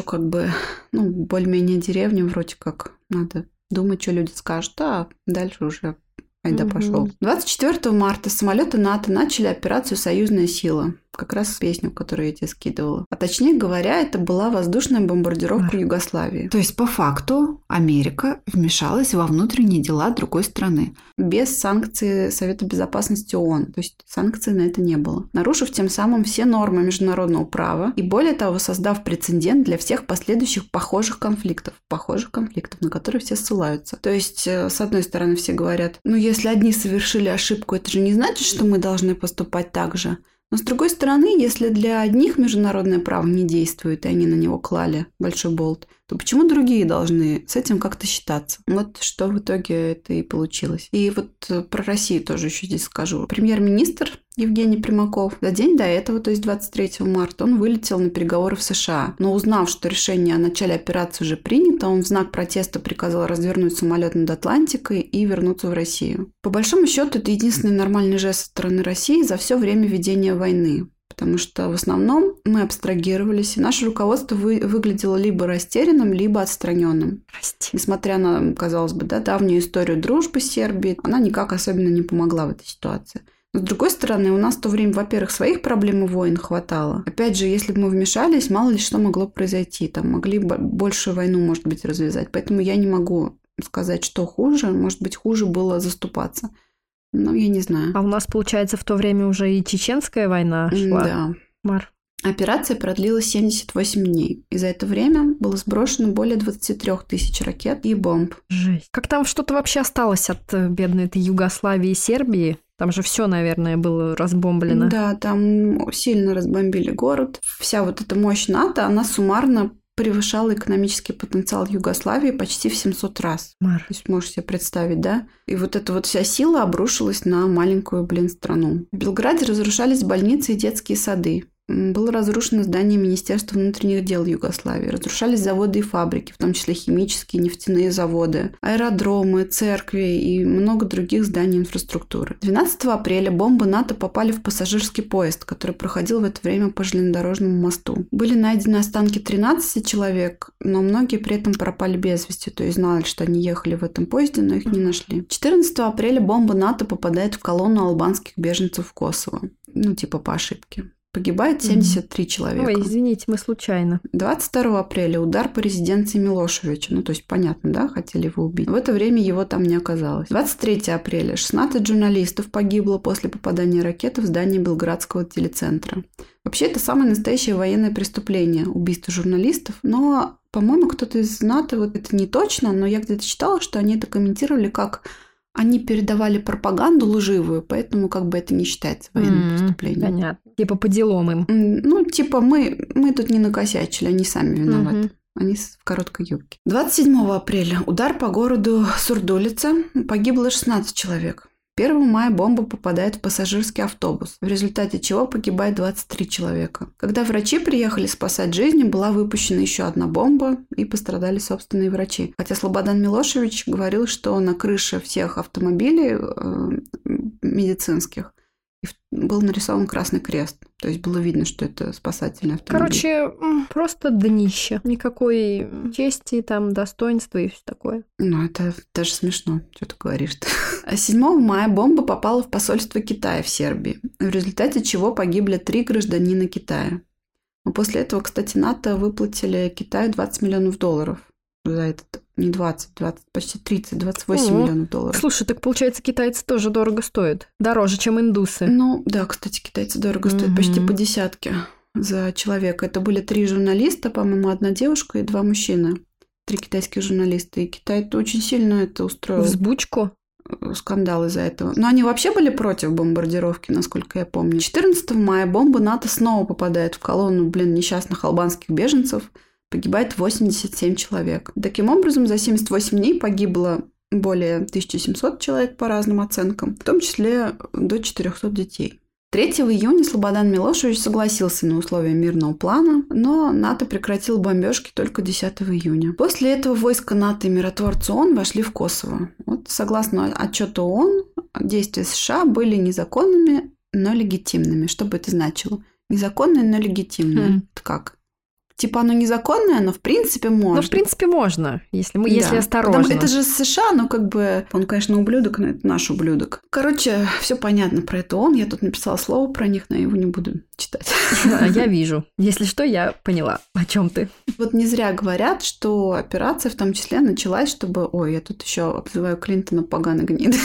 более-менее деревня, вроде как надо думать, что люди скажут, а дальше уже айда пошел. 24 марта самолеты НАТО начали операцию «Союзная сила». Как раз песню, которую я тебе скидывала. А точнее говоря, это была воздушная бомбардировка Югославии. То есть, по факту, Америка вмешалась во внутренние дела другой страны. Без санкций Совета Безопасности ООН. То есть, санкций на это не было. Нарушив тем самым все нормы международного права и, более того, создав прецедент для всех последующих похожих конфликтов, на которые все ссылаются. То есть, с одной стороны, все говорят, если одни совершили ошибку, это же не значит, что мы должны поступать так же. Но с другой стороны, если для одних международное право не действует, и они на него клали большой болт, то почему другие должны с этим как-то считаться? Вот что в итоге это и получилось. И вот про Россию тоже еще здесь скажу. Премьер-министр Евгений Примаков за день до этого, то есть 23 марта, он вылетел на переговоры в США. Но узнав, что решение о начале операции уже принято, он в знак протеста приказал развернуть самолет над Атлантикой и вернуться в Россию. По большому счету, это единственный нормальный жест со стороны России за все время ведения войны. Потому что в основном мы абстрагировались, и наше руководство выглядело либо растерянным, либо отстраненным. Несмотря на, казалось бы, давнюю историю дружбы с Сербией, она никак особенно не помогла в этой ситуации. Но, с другой стороны, у нас в то время, во-первых, своих проблем и войн хватало. Опять же, если бы мы вмешались, мало ли что могло произойти. Там могли большую войну, может быть, развязать. Поэтому я не могу сказать, что хуже. Может быть, хуже было заступаться. Я не знаю. А у нас, получается, в то время уже и чеченская война шла. Да. Мар. Операция продлилась 78 дней. И за это время было сброшено более 23 тысяч ракет и бомб. Жесть. Как там что-то вообще осталось от бедной этой Югославии и Сербии? Там же все, наверное, было разбомблено. Да, там сильно разбомбили город. Вся вот эта мощь НАТО, она суммарно превышала экономический потенциал Югославии почти в 700 раз. Мар. То есть можешь себе представить, да? И вот эта вот вся сила обрушилась на маленькую, страну. В Белграде разрушались больницы и детские сады. было разрушено здание Министерства внутренних дел Югославии. Разрушались заводы и фабрики, в том числе химические, нефтяные заводы, аэродромы, церкви и много других зданий инфраструктуры. 12 апреля бомбы НАТО попали в пассажирский поезд, который проходил в это время по железнодорожному мосту. Были найдены останки 13 человек, но многие при этом пропали без вести, то есть знали, что они ехали в этом поезде, но их не нашли. 14 апреля бомба НАТО попадает в колонну албанских беженцев в Косово. Типа по ошибке. Погибает 73 человека. Ой, извините, мы случайно. 22 апреля удар по резиденции Милошевича. То есть, понятно, да, хотели его убить. В это время его там не оказалось. 23 апреля 16 журналистов погибло после попадания ракеты в здание Белградского телецентра. Вообще, это самое настоящее военное преступление – убийство журналистов. Но, по-моему, кто-то из НАТО, вот это не точно, но я где-то читала, что они это комментировали как... Они передавали пропаганду лживую, поэтому как бы это не считается военным преступлением. Понятно. Типа по делам им. Мы тут не накосячили, они сами виноваты. Они в короткой юбке. 27 апреля удар по городу Сурдулица. Погибло 16 человек. 1 мая бомба попадает в пассажирский автобус, в результате чего погибает 23 человека. Когда врачи приехали спасать жизни, была выпущена еще одна бомба, и пострадали собственные врачи. Хотя Слободан Милошевич говорил, что на крыше всех автомобилей медицинских был нарисован красный крест. То есть было видно, что это спасательный автомобиль. Короче, просто днище. Никакой чести, достоинства и все такое. Это даже смешно, что ты говоришь-то. 7 мая бомба попала в посольство Китая в Сербии, в результате чего погибли 3 гражданина Китая. Но после этого, кстати, НАТО выплатили Китаю $20 миллионов за этот. Не 20, почти 30, 28 миллионов долларов. Слушай, так получается, китайцы тоже дорого стоят. Дороже, чем индусы. Да, кстати, китайцы дорого стоят, почти по десятке за человека. Это были 3 журналиста, по-моему, 1 девушка и 2 мужчины. 3 китайских журналиста. И Китай очень сильно это устроил. Взбучку? Скандал из-за этого. Но они вообще были против бомбардировки, насколько я помню. 14 мая бомба НАТО снова попадает в колонну, несчастных албанских беженцев. Погибает 87 человек. Таким образом, за 78 дней погибло более 1700 человек по разным оценкам, в том числе до 400 детей. 3 июня Слободан Милошевич согласился на условия мирного плана, но НАТО прекратило бомбежки только 10 июня. После этого войска НАТО и миротворцы ООН вошли в Косово. Согласно отчету ООН, действия США были незаконными, но легитимными. Что бы это значило? Незаконные, но легитимные. Это как? Оно незаконное, но в принципе можно. В принципе можно, если осторожно. Потому это же США, он, конечно, ублюдок, но это наш ублюдок. Короче, все понятно про это ООН. Я тут написала слово про них, но я его не буду читать. Я вижу. Если что, я поняла, о чем ты. Не зря говорят, что операция в том числе началась, чтобы... я тут еще обзываю Клинтона поганой гнидой.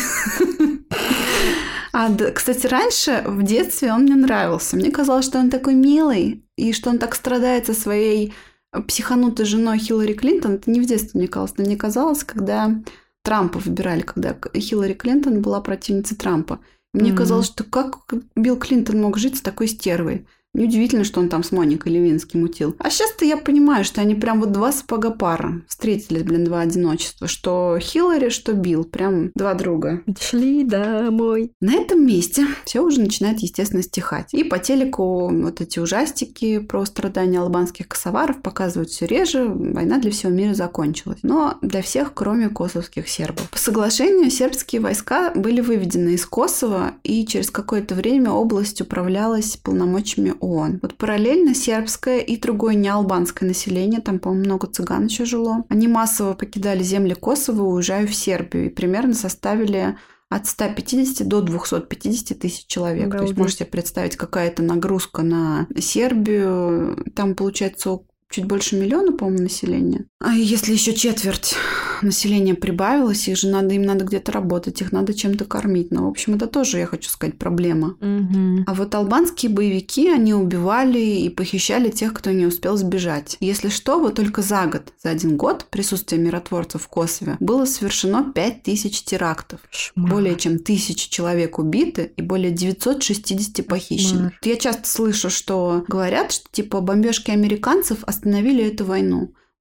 Кстати, раньше, в детстве, он мне нравился. Мне казалось, что он такой милый, и что он так страдает со своей психанутой женой Хиллари Клинтон. Это не в детстве мне казалось. Но мне казалось, когда Трампа выбирали, когда Хиллари Клинтон была противницей Трампа. Мне казалось, что как Билл Клинтон мог жить с такой стервой? Неудивительно, что он там с Моникой Левински мутил. А сейчас-то я понимаю, что они прям 2 сапога пара. Встретились, 2 одиночества. Что Хиллари, что Билл. Прям 2 друга. Шли домой. На этом месте все уже начинает, естественно, стихать. И по телеку эти ужастики про страдания албанских косоваров показывают все реже. Война для всего мира закончилась. Но для всех, кроме косовских сербов. По соглашению, сербские войска были выведены из Косово, и через какое-то время область управлялась полномочиями ООН. Параллельно сербское и другое неалбанское население, там, по-моему, много цыган еще жило, они массово покидали земли Косово, уезжая в Сербию, и примерно составили от 150 до 250 тысяч человек. Обалдеть. То есть можете представить, какая-то нагрузка на Сербию. Там, получается, чуть больше 1 миллиона, по-моему, населения. А если еще четверть населения прибавилось, им надо где-то работать, их надо чем-то кормить. В общем, это тоже, я хочу сказать, проблема. А албанские боевики, они убивали и похищали тех, кто не успел сбежать. Если что, только за 1 год присутствия миротворцев в Косове было совершено 5000 терактов. Кошмар. Более чем 1000 человек убиты и более 960 похищены. Я часто слышу, что говорят, что бомбежки американцев остановили эту войну.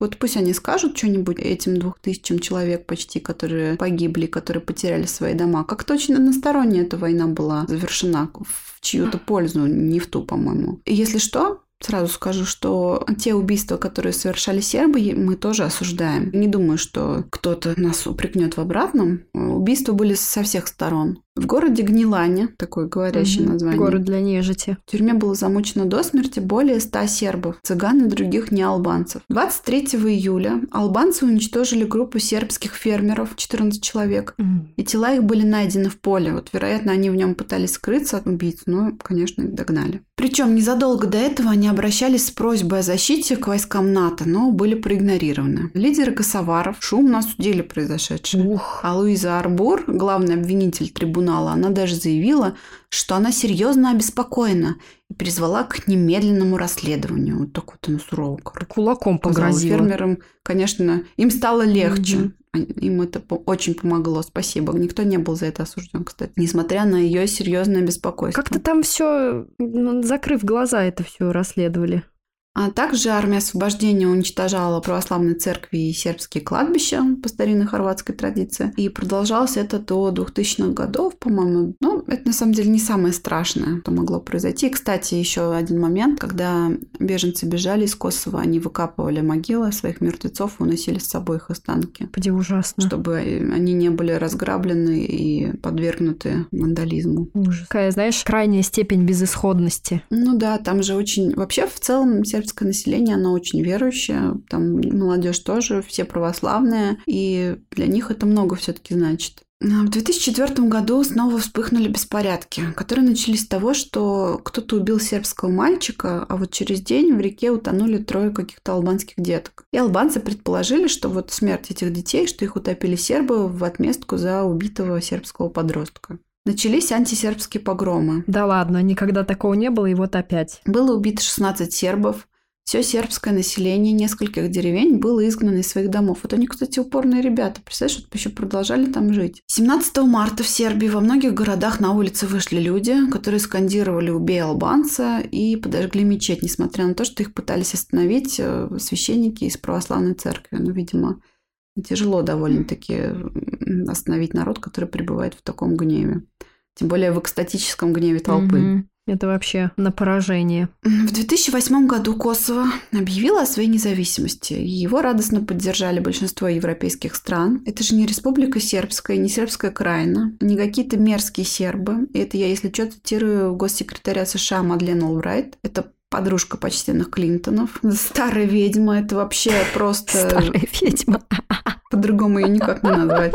Вот пусть они скажут что-нибудь этим 2000 человек почти, которые погибли, которые потеряли свои дома. Как-то очень односторонне эта война была завершена в чью-то пользу, не в ту, по-моему. И если что, сразу скажу, что те убийства, которые совершали сербы, мы тоже осуждаем. Не думаю, что кто-то нас упрекнет в обратном. Убийства были со всех сторон. В городе Гнилане, такое говорящее название. Город для нежити. В тюрьме было замучено до смерти более 100 сербов, цыган и других неалбанцев. 23 июля албанцы уничтожили группу сербских фермеров, 14 человек, и тела их были найдены в поле. Вот, вероятно, они в нем пытались скрыться от убийц, но, конечно, их догнали. Причем незадолго до этого они обращались с просьбой о защите к войскам НАТО, но были проигнорированы. Лидеры косоваров шумно осудили произошедшее. А Луиза Арбур, главный обвинитель трибунала, она даже заявила, что она серьезно обеспокоена и призвала к немедленному расследованию. Вот так вот она сурово. Кулаком погрозила. Фермерам, конечно, им стало легче. Им это очень помогло, спасибо. Никто не был за это осужден, кстати, несмотря на ее серьезное беспокойство. Как-то там все, закрыв глаза, это все расследовали. А также армия освобождения уничтожала православные церкви и сербские кладбища по старинной хорватской традиции. И продолжалось это до 2000-х годов, по-моему. Но это на самом деле не самое страшное, что могло произойти. И, кстати, еще один момент, когда беженцы бежали из Косово, они выкапывали могилы своих мертвецов и уносили с собой их останки. Где ужасно. Чтобы они не были разграблены и подвергнуты вандализму. Ужас. Какая, знаешь, крайняя степень безысходности. Ну да, там же очень... Вообще, в целом, сербское население, оно очень верующее, там молодежь тоже, все православные, и для них это много все-таки значит. В 2004 году снова вспыхнули беспорядки, которые начались с того, что кто-то убил сербского мальчика, а вот через день в реке утонули 3 каких-то албанских деток. И албанцы предположили, что вот смерть этих детей, что их утопили сербы в отместку за убитого сербского подростка. Начались антисербские погромы. Да ладно, никогда такого не было, и вот опять. Было убито 16 сербов. Все сербское население нескольких деревень было изгнано из своих домов. Вот они, кстати, упорные ребята. Представляешь, вот еще продолжали там жить. 17 марта в Сербии во многих городах на улице вышли люди, которые скандировали «Убей албанца» и подожгли мечеть, несмотря на то, что их пытались остановить священники из православной церкви. Ну, видимо, тяжело довольно-таки остановить народ, который пребывает в таком гневе. Тем более в экстатическом гневе толпы. Это вообще на поражение. В 2008 году Косово объявило о своей независимости. Его радостно поддержали большинство европейских стран. Это же не республика сербская, не сербская краина, не какие-то мерзкие сербы. Это я, если что, цитирую госсекретаря США Мадлен Олбрайт. Это подружка почтенных Клинтонов. Старая ведьма. Это вообще просто... Старая ведьма. По-другому ее никак не назвать.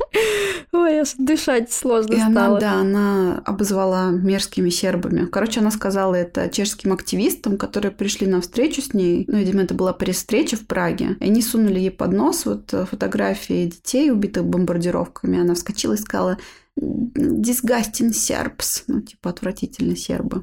Ой, аж дышать сложно стало. Она обозвала мерзкими сербами. Короче, она сказала это чешским активистам, которые пришли на встречу с ней. Ну, видимо, это была пресс-встреча в Праге. И они сунули ей под нос вот фотографии детей, убитых бомбардировками. Она вскочила и сказала: «Disgusting Serbs». Ну, типа, отвратительные сербы.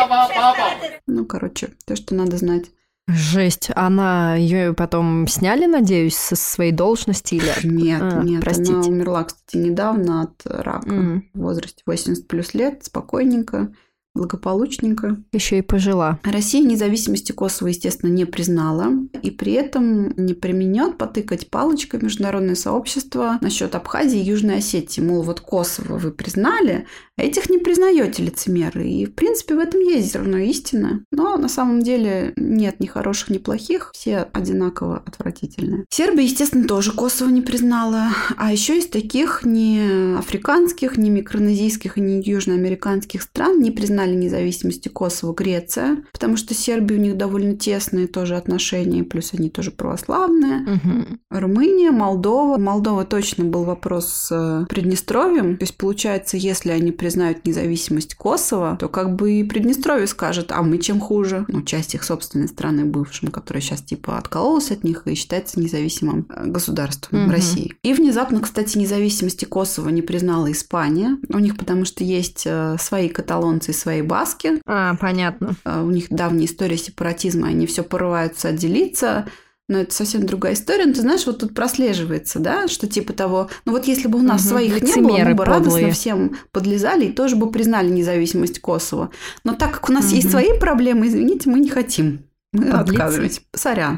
Ну, короче, то, что надо знать. Жесть. Она ее потом сняли, надеюсь, со своей должности или... Нет, простите. Она умерла, кстати, недавно от рака. В возрасте 80 плюс лет, спокойненько, благополучненько. Еще и пожила. Россия независимости Косово, естественно, не признала. И при этом не применет потыкать палочкой международное сообщество насчет Абхазии и Южной Осетии. Мол, вот Косово вы признали, а этих не признаете, лицемеры. И, в принципе, в этом есть зерно истины. Но на самом деле нет ни хороших, ни плохих. Все одинаково отвратительные. Сербия, естественно, тоже Косово не признала. А еще из таких ни африканских, ни микронезийских и ни южноамериканских стран не признали независимости Косово Греция, потому что Сербия у них довольно тесные тоже отношения, плюс они тоже православные. Румыния, Молдова. Молдова точно был вопрос с Приднестровьем. То есть, получается, если они признают независимость Косово, то как бы и Приднестровье скажет: а мы чем хуже? Ну, часть их собственной страны бывшим, которая сейчас типа откололась от них и считается независимым государством России. И внезапно, кстати, независимости Косово не признала Испания. У них потому что есть свои каталонцы и свои баски. Понятно. У них давняя история сепаратизма, они все порываются отделиться. Но это совсем другая история. Но ты знаешь, вот тут прослеживается, да, что типа того, ну вот если бы у нас своих не было, мы бы радостно всем подлезали и тоже бы признали независимость Косово. Но так как у нас есть свои проблемы, извините, мы не хотим. Мы отказываемся. Сорян.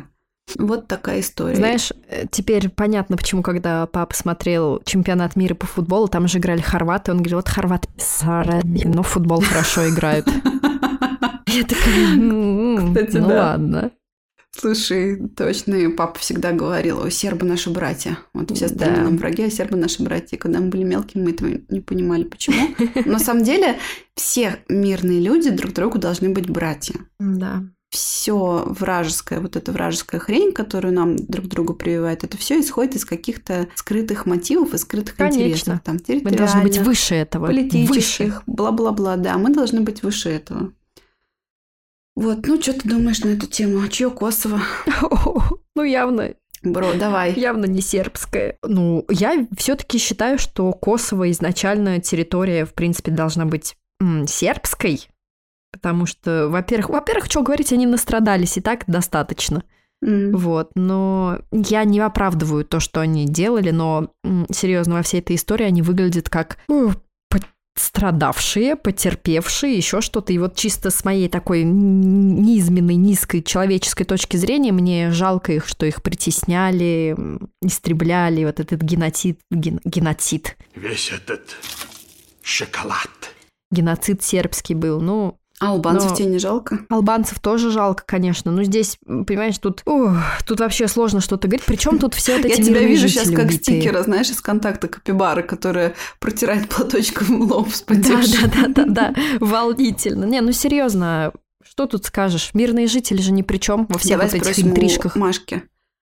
Вот такая история. Знаешь, теперь понятно, почему, когда папа смотрел чемпионат мира по футболу, там же играли хорваты, он говорил, вот хорваты, но в футбол хорошо играют. Я такая, ну ладно. Слушай, точно, папа всегда говорил, сербы наши братья. Вот все остальные нам враги, а сербы наши братья. Когда мы были мелкими, мы этого не понимали, почему. Но на самом деле все мирные люди друг другу должны быть братья. Да. Все вражеское, вот эта вражеская хрень, которую нам друг другу прививают, это все исходит из каких-то скрытых мотивов и скрытых интересов. Там, мы должны быть выше этого. Политических, бла-бла-бла. Да, мы должны быть выше этого. Вот, ну, что ты думаешь на эту тему? А чьё Косово? Ну, явно. Бро, давай. Явно не сербская. Ну, я все-таки считаю, что Косово изначально территория, в принципе, должна быть сербской, потому что, во-первых, что говорить, они настрадались, и так достаточно. Вот, но я не оправдываю то, что они делали, но серьезно, во всей этой истории они выглядят как страдавшие, потерпевшие, еще что-то. И вот чисто с моей такой низменной, низкой человеческой точки зрения мне жалко их, что их притесняли, истребляли, вот этот геноцид. Весь этот шоколад. Геноцид сербский был, ну... А албанцев тебе не жалко? Албанцев тоже жалко, конечно. Но здесь, понимаешь, тут вообще сложно что-то говорить. Причем тут все вот эти Я тебя вижу сейчас как убитые. стикера, знаешь, из контакта капибары, которая протирает платочком лоб вспотевший. Да, волнительно. Не, ну серьезно, что тут скажешь? Мирные жители же ни при чем во всех вот этих интрижках. Машки.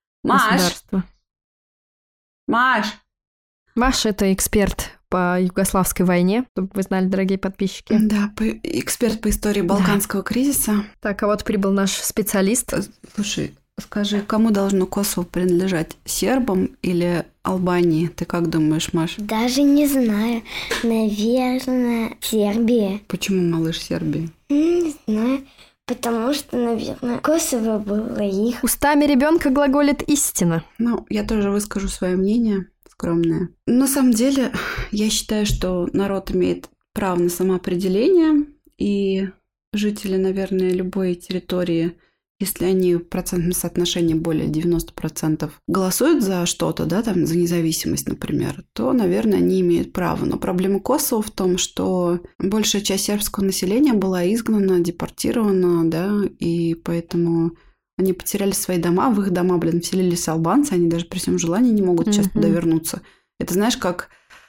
Маш! Маша – это эксперт по югославской войне, чтобы вы знали, дорогие подписчики. Да, эксперт по истории Балканского кризиса. Так, а вот прибыл наш специалист. Слушай, скажи, кому должно Косово принадлежать? Сербам или Албании? Ты как думаешь, Маш? Даже не знаю. Наверное, Сербии. Почему, малыш, Сербии? Не знаю. Потому что, наверное, Косово было их. Устами ребенка глаголит истина. Ну, я тоже выскажу свое мнение. Скромная. На самом деле, я считаю, что народ имеет право на самоопределение, и жители, наверное, любой территории, если они в процентном соотношении более 90% голосуют за что-то, да, там, за независимость, например, то, наверное, они имеют право. Но проблема Косово в том, что большая часть сербского населения была изгнана, депортирована, да, и поэтому... Они потеряли свои дома, в их дома, вселились албанцы, они даже при всем желании не могут сейчас туда вернуться. Это знаешь, как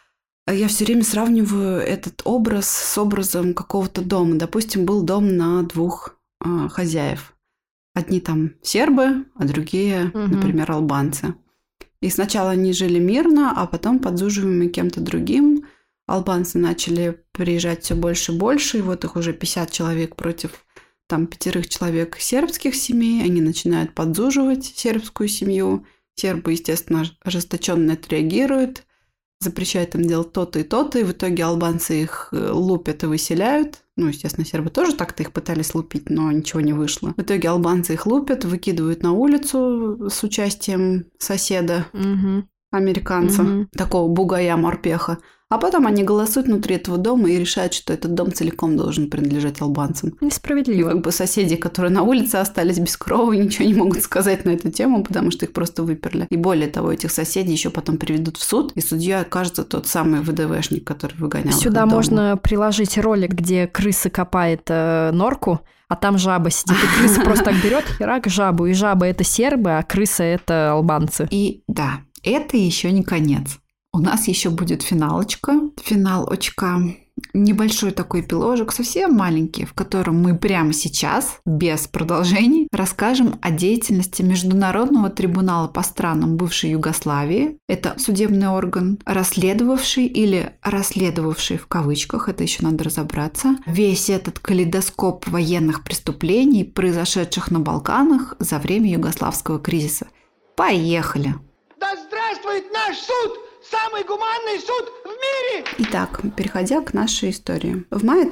я все время сравниваю этот образ с образом какого-то дома. Допустим, был дом на двух хозяев. Одни там сербы, а другие, например, албанцы. И сначала они жили мирно, а потом подзуживаемые кем-то другим албанцы начали приезжать все больше и больше, и вот их уже 50 человек против... Там 5 человек сербских семей, они начинают подзуживать сербскую семью. Сербы, естественно, ожесточенно отреагируют, запрещают им делать то-то и то-то, и в итоге албанцы их лупят и выселяют. Ну, естественно, сербы тоже так-то их пытались лупить, но ничего не вышло. В итоге албанцы их лупят, выкидывают на улицу с участием соседа, американца, такого бугая-морпеха. А потом они голосуют внутри этого дома и решают, что этот дом целиком должен принадлежать албанцам. Несправедливо. И как бы соседи, которые на улице остались без крова, ничего не могут сказать на эту тему, потому что их просто выперли. И более того, этих соседей еще потом приведут в суд, и судья окажется тот самый ВДВшник, который выгонял их из дома. Сюда можно приложить ролик, где крыса копает норку, а там жаба сидит, и крыса просто так берет херак жабу, и жаба – это сербы, а крыса – это албанцы. И да, это еще не конец. У нас еще будет финалочка. Финалочка. Небольшой такой эпиложек, совсем маленький, в котором мы прямо сейчас, без продолжений, расскажем о деятельности Международного трибунала по странам бывшей Югославии. Это судебный орган, расследовавший или расследовавший в кавычках, это еще надо разобраться, весь этот калейдоскоп военных преступлений, произошедших на Балканах за время югославского кризиса. Поехали! Да здравствует наш суд! Самый гуманный суд в мире! Итак, переходя к нашей истории. В мае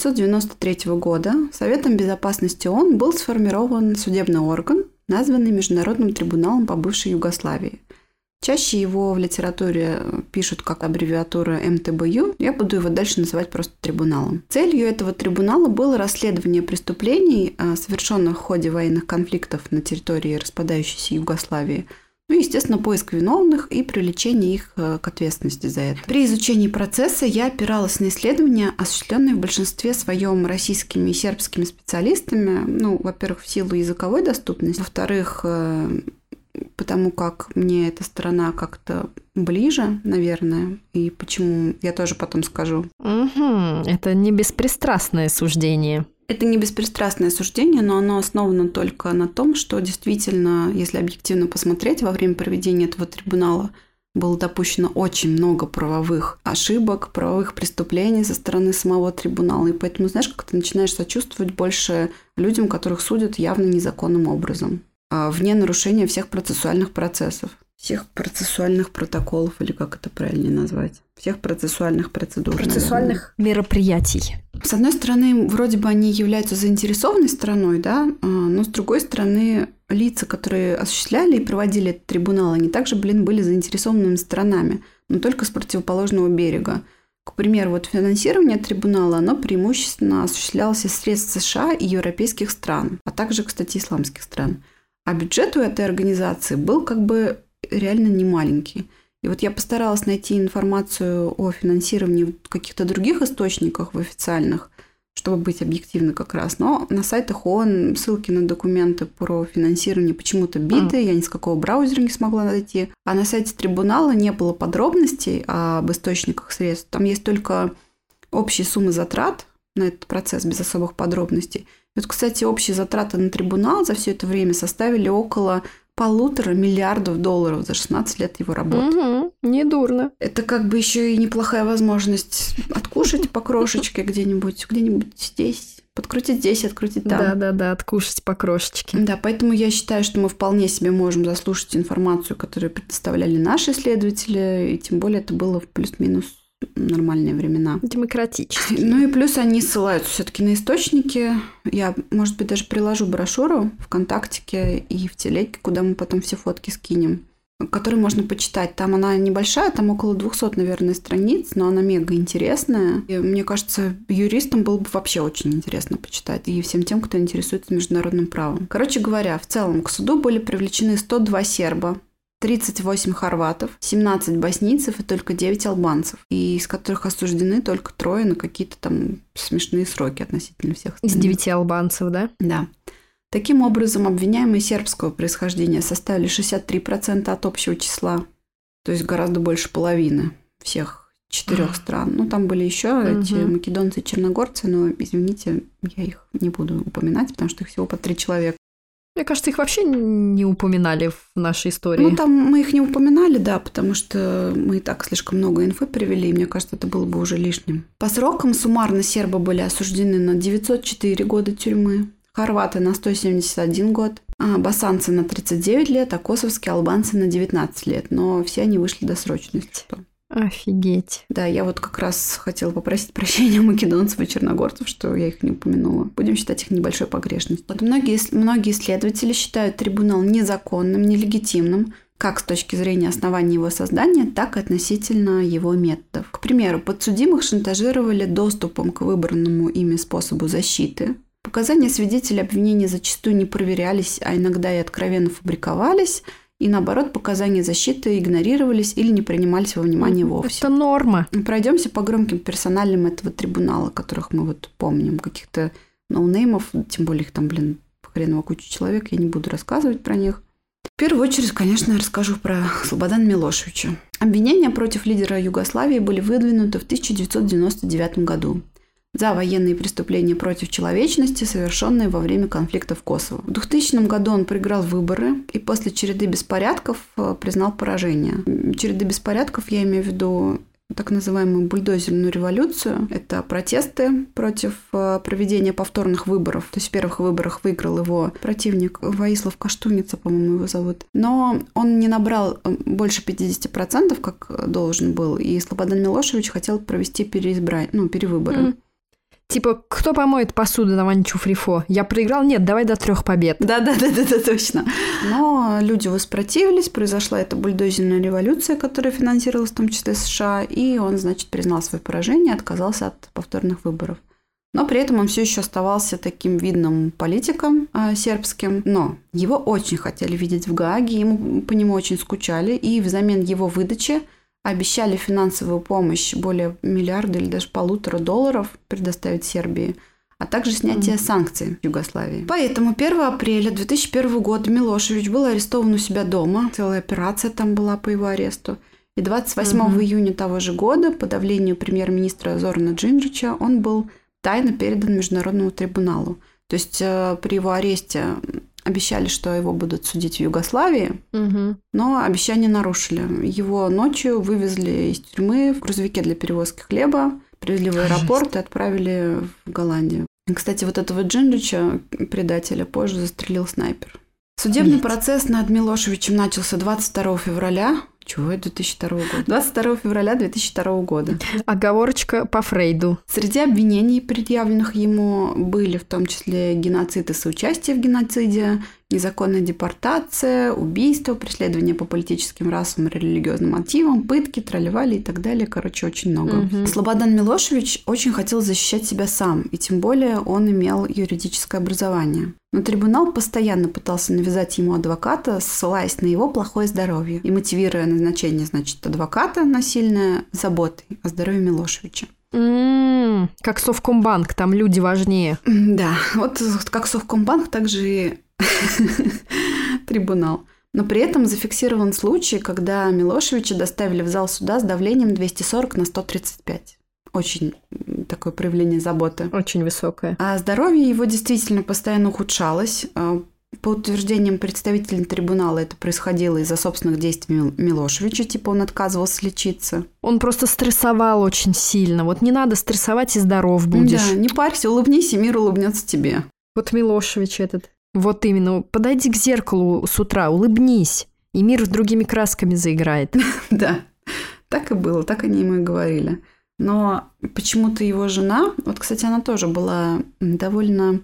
1993 года Советом Безопасности ООН был сформирован судебный орган, названный Международным трибуналом по бывшей Югославии. Чаще его в литературе пишут как аббревиатура МТБЮ. Я буду его дальше называть просто трибуналом. Целью этого трибунала было расследование преступлений, совершенных в ходе военных конфликтов на территории распадающейся Югославии. Ну и, естественно, поиск виновных и привлечение их к ответственности за это. При изучении процесса я опиралась на исследования, осуществленные в большинстве своем российскими и сербскими специалистами. Ну, во-первых, в силу языковой доступности. Во-вторых, потому как мне эта сторона как-то ближе, наверное, и почему я тоже потом скажу. Это не беспристрастное суждение. Это не беспристрастное суждение, но оно основано только на том, что действительно, если объективно посмотреть, во время проведения этого трибунала было допущено очень много правовых ошибок, правовых преступлений со стороны самого трибунала. И поэтому, знаешь, как ты начинаешь сочувствовать больше людям, которых судят явно незаконным образом, вне нарушения всех процессуальных процессов, всех процессуальных протоколов, или как это правильнее назвать, всех процессуальных процедур. Процессуальных мероприятий. С одной стороны, вроде бы они являются заинтересованной стороной, да, но с другой стороны, лица, которые осуществляли и проводили этот трибунал, они также, были заинтересованными сторонами, но только с противоположного берега. К примеру, вот финансирование трибунала, оно преимущественно осуществлялось из средств США и европейских стран, а также, кстати, исламских стран. А бюджет у этой организации был как бы реально немаленький. И вот я постаралась найти информацию о финансировании в каких-то других источниках, в официальных, чтобы быть объективной как раз. Но на сайтах ООН ссылки на документы про финансирование почему-то биты, я ни с какого браузера не смогла найти. А на сайте трибунала не было подробностей об источниках средств. Там есть только общие суммы затрат на этот процесс без особых подробностей. И вот, кстати, общие затраты на трибунал за все это время составили около $1,5 миллиарда за 16 лет его работы. Недурно. Это как бы еще и неплохая возможность откушать по крошечке где-нибудь здесь, подкрутить здесь, открутить там. Да, откушать по крошечке. Да, поэтому я считаю, что мы вполне себе можем заслушать информацию, которую предоставляли наши исследователи, и тем более это было в плюс-минус нормальные времена. Демократически. Ну и плюс они ссылаются все-таки на источники. Я, может быть, даже приложу брошюру ВКонтактике и в телеге, куда мы потом все фотки скинем, которую можно почитать. Там она небольшая, там около 200, наверное, страниц, но она мега интересная. И мне кажется, юристам было бы вообще очень интересно почитать. И всем тем, кто интересуется международным правом. Короче говоря, в целом к суду были привлечены 102 серба, 38 хорватов, 17 боснийцев и только 9 албанцев, и из которых осуждены только 3 на какие-то там смешные сроки относительно всех остальных. Из 9 албанцев, да? Да. Таким образом, обвиняемые сербского происхождения составили 63% от общего числа, то есть гораздо больше половины всех 4 стран. Ну, там были еще эти македонцы и черногорцы, но, извините, я их не буду упоминать, потому что их всего по 3 человека. Мне кажется, их вообще не упоминали в нашей истории. Ну, там мы их не упоминали, да, потому что мы и так слишком много инфы привели, и мне кажется, это было бы уже лишним. По срокам суммарно сербы были осуждены на 904 года тюрьмы, хорваты на 171 год, босанцы на 39 лет, а косовские албанцы на 19 лет. Но все они вышли досрочно. Офигеть. Да, я вот как раз хотела попросить прощения у македонцев и черногорцев, что я их не упомянула. Будем считать их небольшой погрешностью. Вот многие исследователи считают трибунал незаконным, нелегитимным, как с точки зрения основания его создания, так и относительно его методов. К примеру, подсудимых шантажировали доступом к выбранному ими способу защиты. Показания свидетелей обвинения зачастую не проверялись, а иногда и откровенно фабриковались. И наоборот, показания защиты игнорировались или не принимались во внимание вовсе. Это норма. Пройдемся по громким персоналям этого трибунала, которых мы вот помним. Каких-то ноунеймов, тем более их там, хреново куча человек, я не буду рассказывать про них. В первую очередь, конечно, я расскажу про Слободана Милошевича. Обвинения против лидера Югославии были выдвинуты в 1999 году за военные преступления против человечности, совершенные во время конфликта в Косово. В 2000 году он проиграл выборы и после череды беспорядков признал поражение. Череды беспорядков, я имею в виду так называемую бульдозерную революцию. Это протесты против проведения повторных выборов. То есть в первых выборах выиграл его противник Воислав Каштуница, по-моему, его зовут. Но он не набрал больше 50%, как должен был, и Слободан Милошевич хотел провести перевыборы. Типа, кто помоет посуду на Ванчу Фрифо? Я проиграл? Нет, давай до 3 побед. Да, точно. Но люди воспротивились, произошла эта бульдозерная революция, которая финансировалась в том числе США, и он, значит, признал свое поражение и отказался от повторных выборов. Но при этом он все еще оставался таким видным политиком сербским. Но его очень хотели видеть в Гааге, по нему очень скучали, и взамен его выдачи обещали финансовую помощь более миллиарда или даже $1,5 предоставить Сербии, а также снятие санкций в Югославии. Поэтому 1 апреля 2001 года Милошевич был арестован у себя дома. Целая операция там была по его аресту. И 28 июня того же года по давлению премьер-министра Зорана Джинджича он был тайно передан Международному трибуналу. То есть при его аресте обещали, что его будут судить в Югославии, но обещание нарушили. Его ночью вывезли из тюрьмы в грузовике для перевозки хлеба, привезли в аэропорт и отправили в Голландию. Кстати, вот этого Джинджича, предателя, позже застрелил снайпер. Судебный процесс над Милошевичем начался 22 февраля. Чего? 2002 года. 22 февраля 2002 года. Оговорочка по Фрейду. Среди обвинений, предъявленных ему, были в том числе геноцид и соучастие в геноциде, незаконная депортация, убийство, преследование по политическим, расовым и религиозным мотивам, пытки, тролливали и так далее. Короче, очень много. Слободан Милошевич очень хотел защищать себя сам, и тем более он имел юридическое образование. Но трибунал постоянно пытался навязать ему адвоката, ссылаясь на его плохое здоровье и мотивируя назначение, значит, адвоката насильно заботой о здоровье Милошевича. Как Совкомбанк, там люди важнее. Да, вот как Совкомбанк, так же и трибунал. Но при этом зафиксирован случай, когда Милошевича доставили в зал суда с давлением 240/135. Очень такое проявление заботы. Очень высокое. А здоровье его действительно постоянно ухудшалось. По утверждениям представителей трибунала, это происходило из-за собственных действий Милошевича, типа он отказывался лечиться. Он просто стрессовал очень сильно. Вот не надо стрессовать, и здоров будешь. Да, не парься, улыбнись, и мир улыбнется тебе. Вот Милошевич этот. Вот именно. Подойди к зеркалу с утра, улыбнись, и мир другими красками заиграет. Да, так и было, так они ему и говорили. Но почему-то его жена, вот, кстати, она тоже была довольно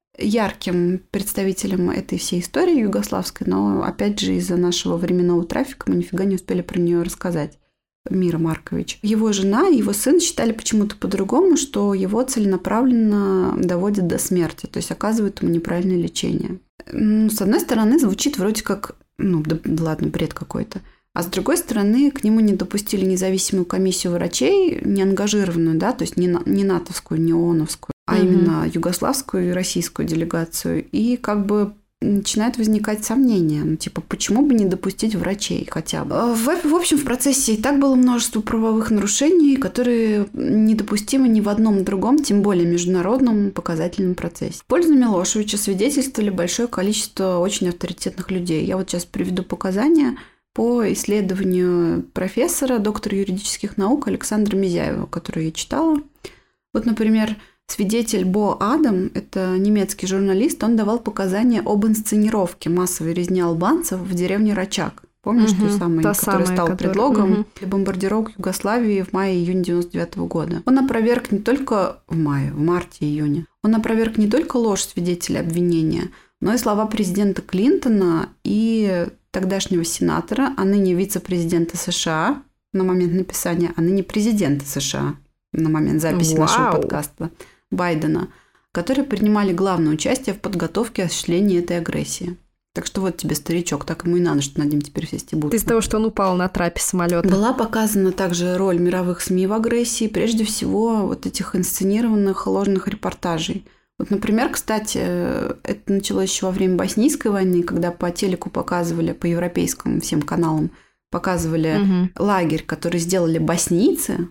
ярким представителем этой всей истории югославской, но, опять же, из-за нашего временного трафика мы нифига не успели про нее рассказать. Мира Маркович. Его жена и его сын считали почему-то по-другому, что его целенаправленно доводят до смерти, то есть оказывают ему неправильное лечение. С одной стороны, звучит вроде как, да ладно, бред какой-то. А с другой стороны, к нему не допустили независимую комиссию врачей, не ангажированную, да, то есть не натовскую, не ООНовскую, а именно югославскую и российскую делегацию. И как бы начинают возникать сомнения, типа, почему бы не допустить врачей хотя бы. В общем, в процессе и так было множество правовых нарушений, которые недопустимы ни в одном другом, тем более международном показательном процессе. В пользу Милошевича свидетельствовали большое количество очень авторитетных людей. Я вот сейчас приведу показания по исследованию профессора, доктора юридических наук Александра Мизяева, которую я читала. Вот, например, свидетель Бо Адам, это немецкий журналист, он давал показания об инсценировке массовой резни албанцев в деревне Рачак. Помнишь, ту самую, которая стала предлогом для бомбардировок Югославии в мае-июне 1999 года? Он опроверг не только в марте-июне, он опроверг не только ложь свидетеля обвинения, но и слова президента Клинтона и тогдашнего сенатора, а ныне вице-президента США на момент написания, а ныне президента США на момент записи нашего подкаста, Байдена, которые принимали главное участие в подготовке и осуществлении этой агрессии. Так что вот тебе, старичок, так ему и надо, что над ним теперь все стебутся. Из того, что он упал на трапе самолета. Была показана также роль мировых СМИ в агрессии, прежде всего вот этих инсценированных ложных репортажей. Вот, например, кстати, это началось еще во время Боснийской войны, когда по телеку показывали, по европейским всем каналам показывали лагерь, который сделали боснийцы,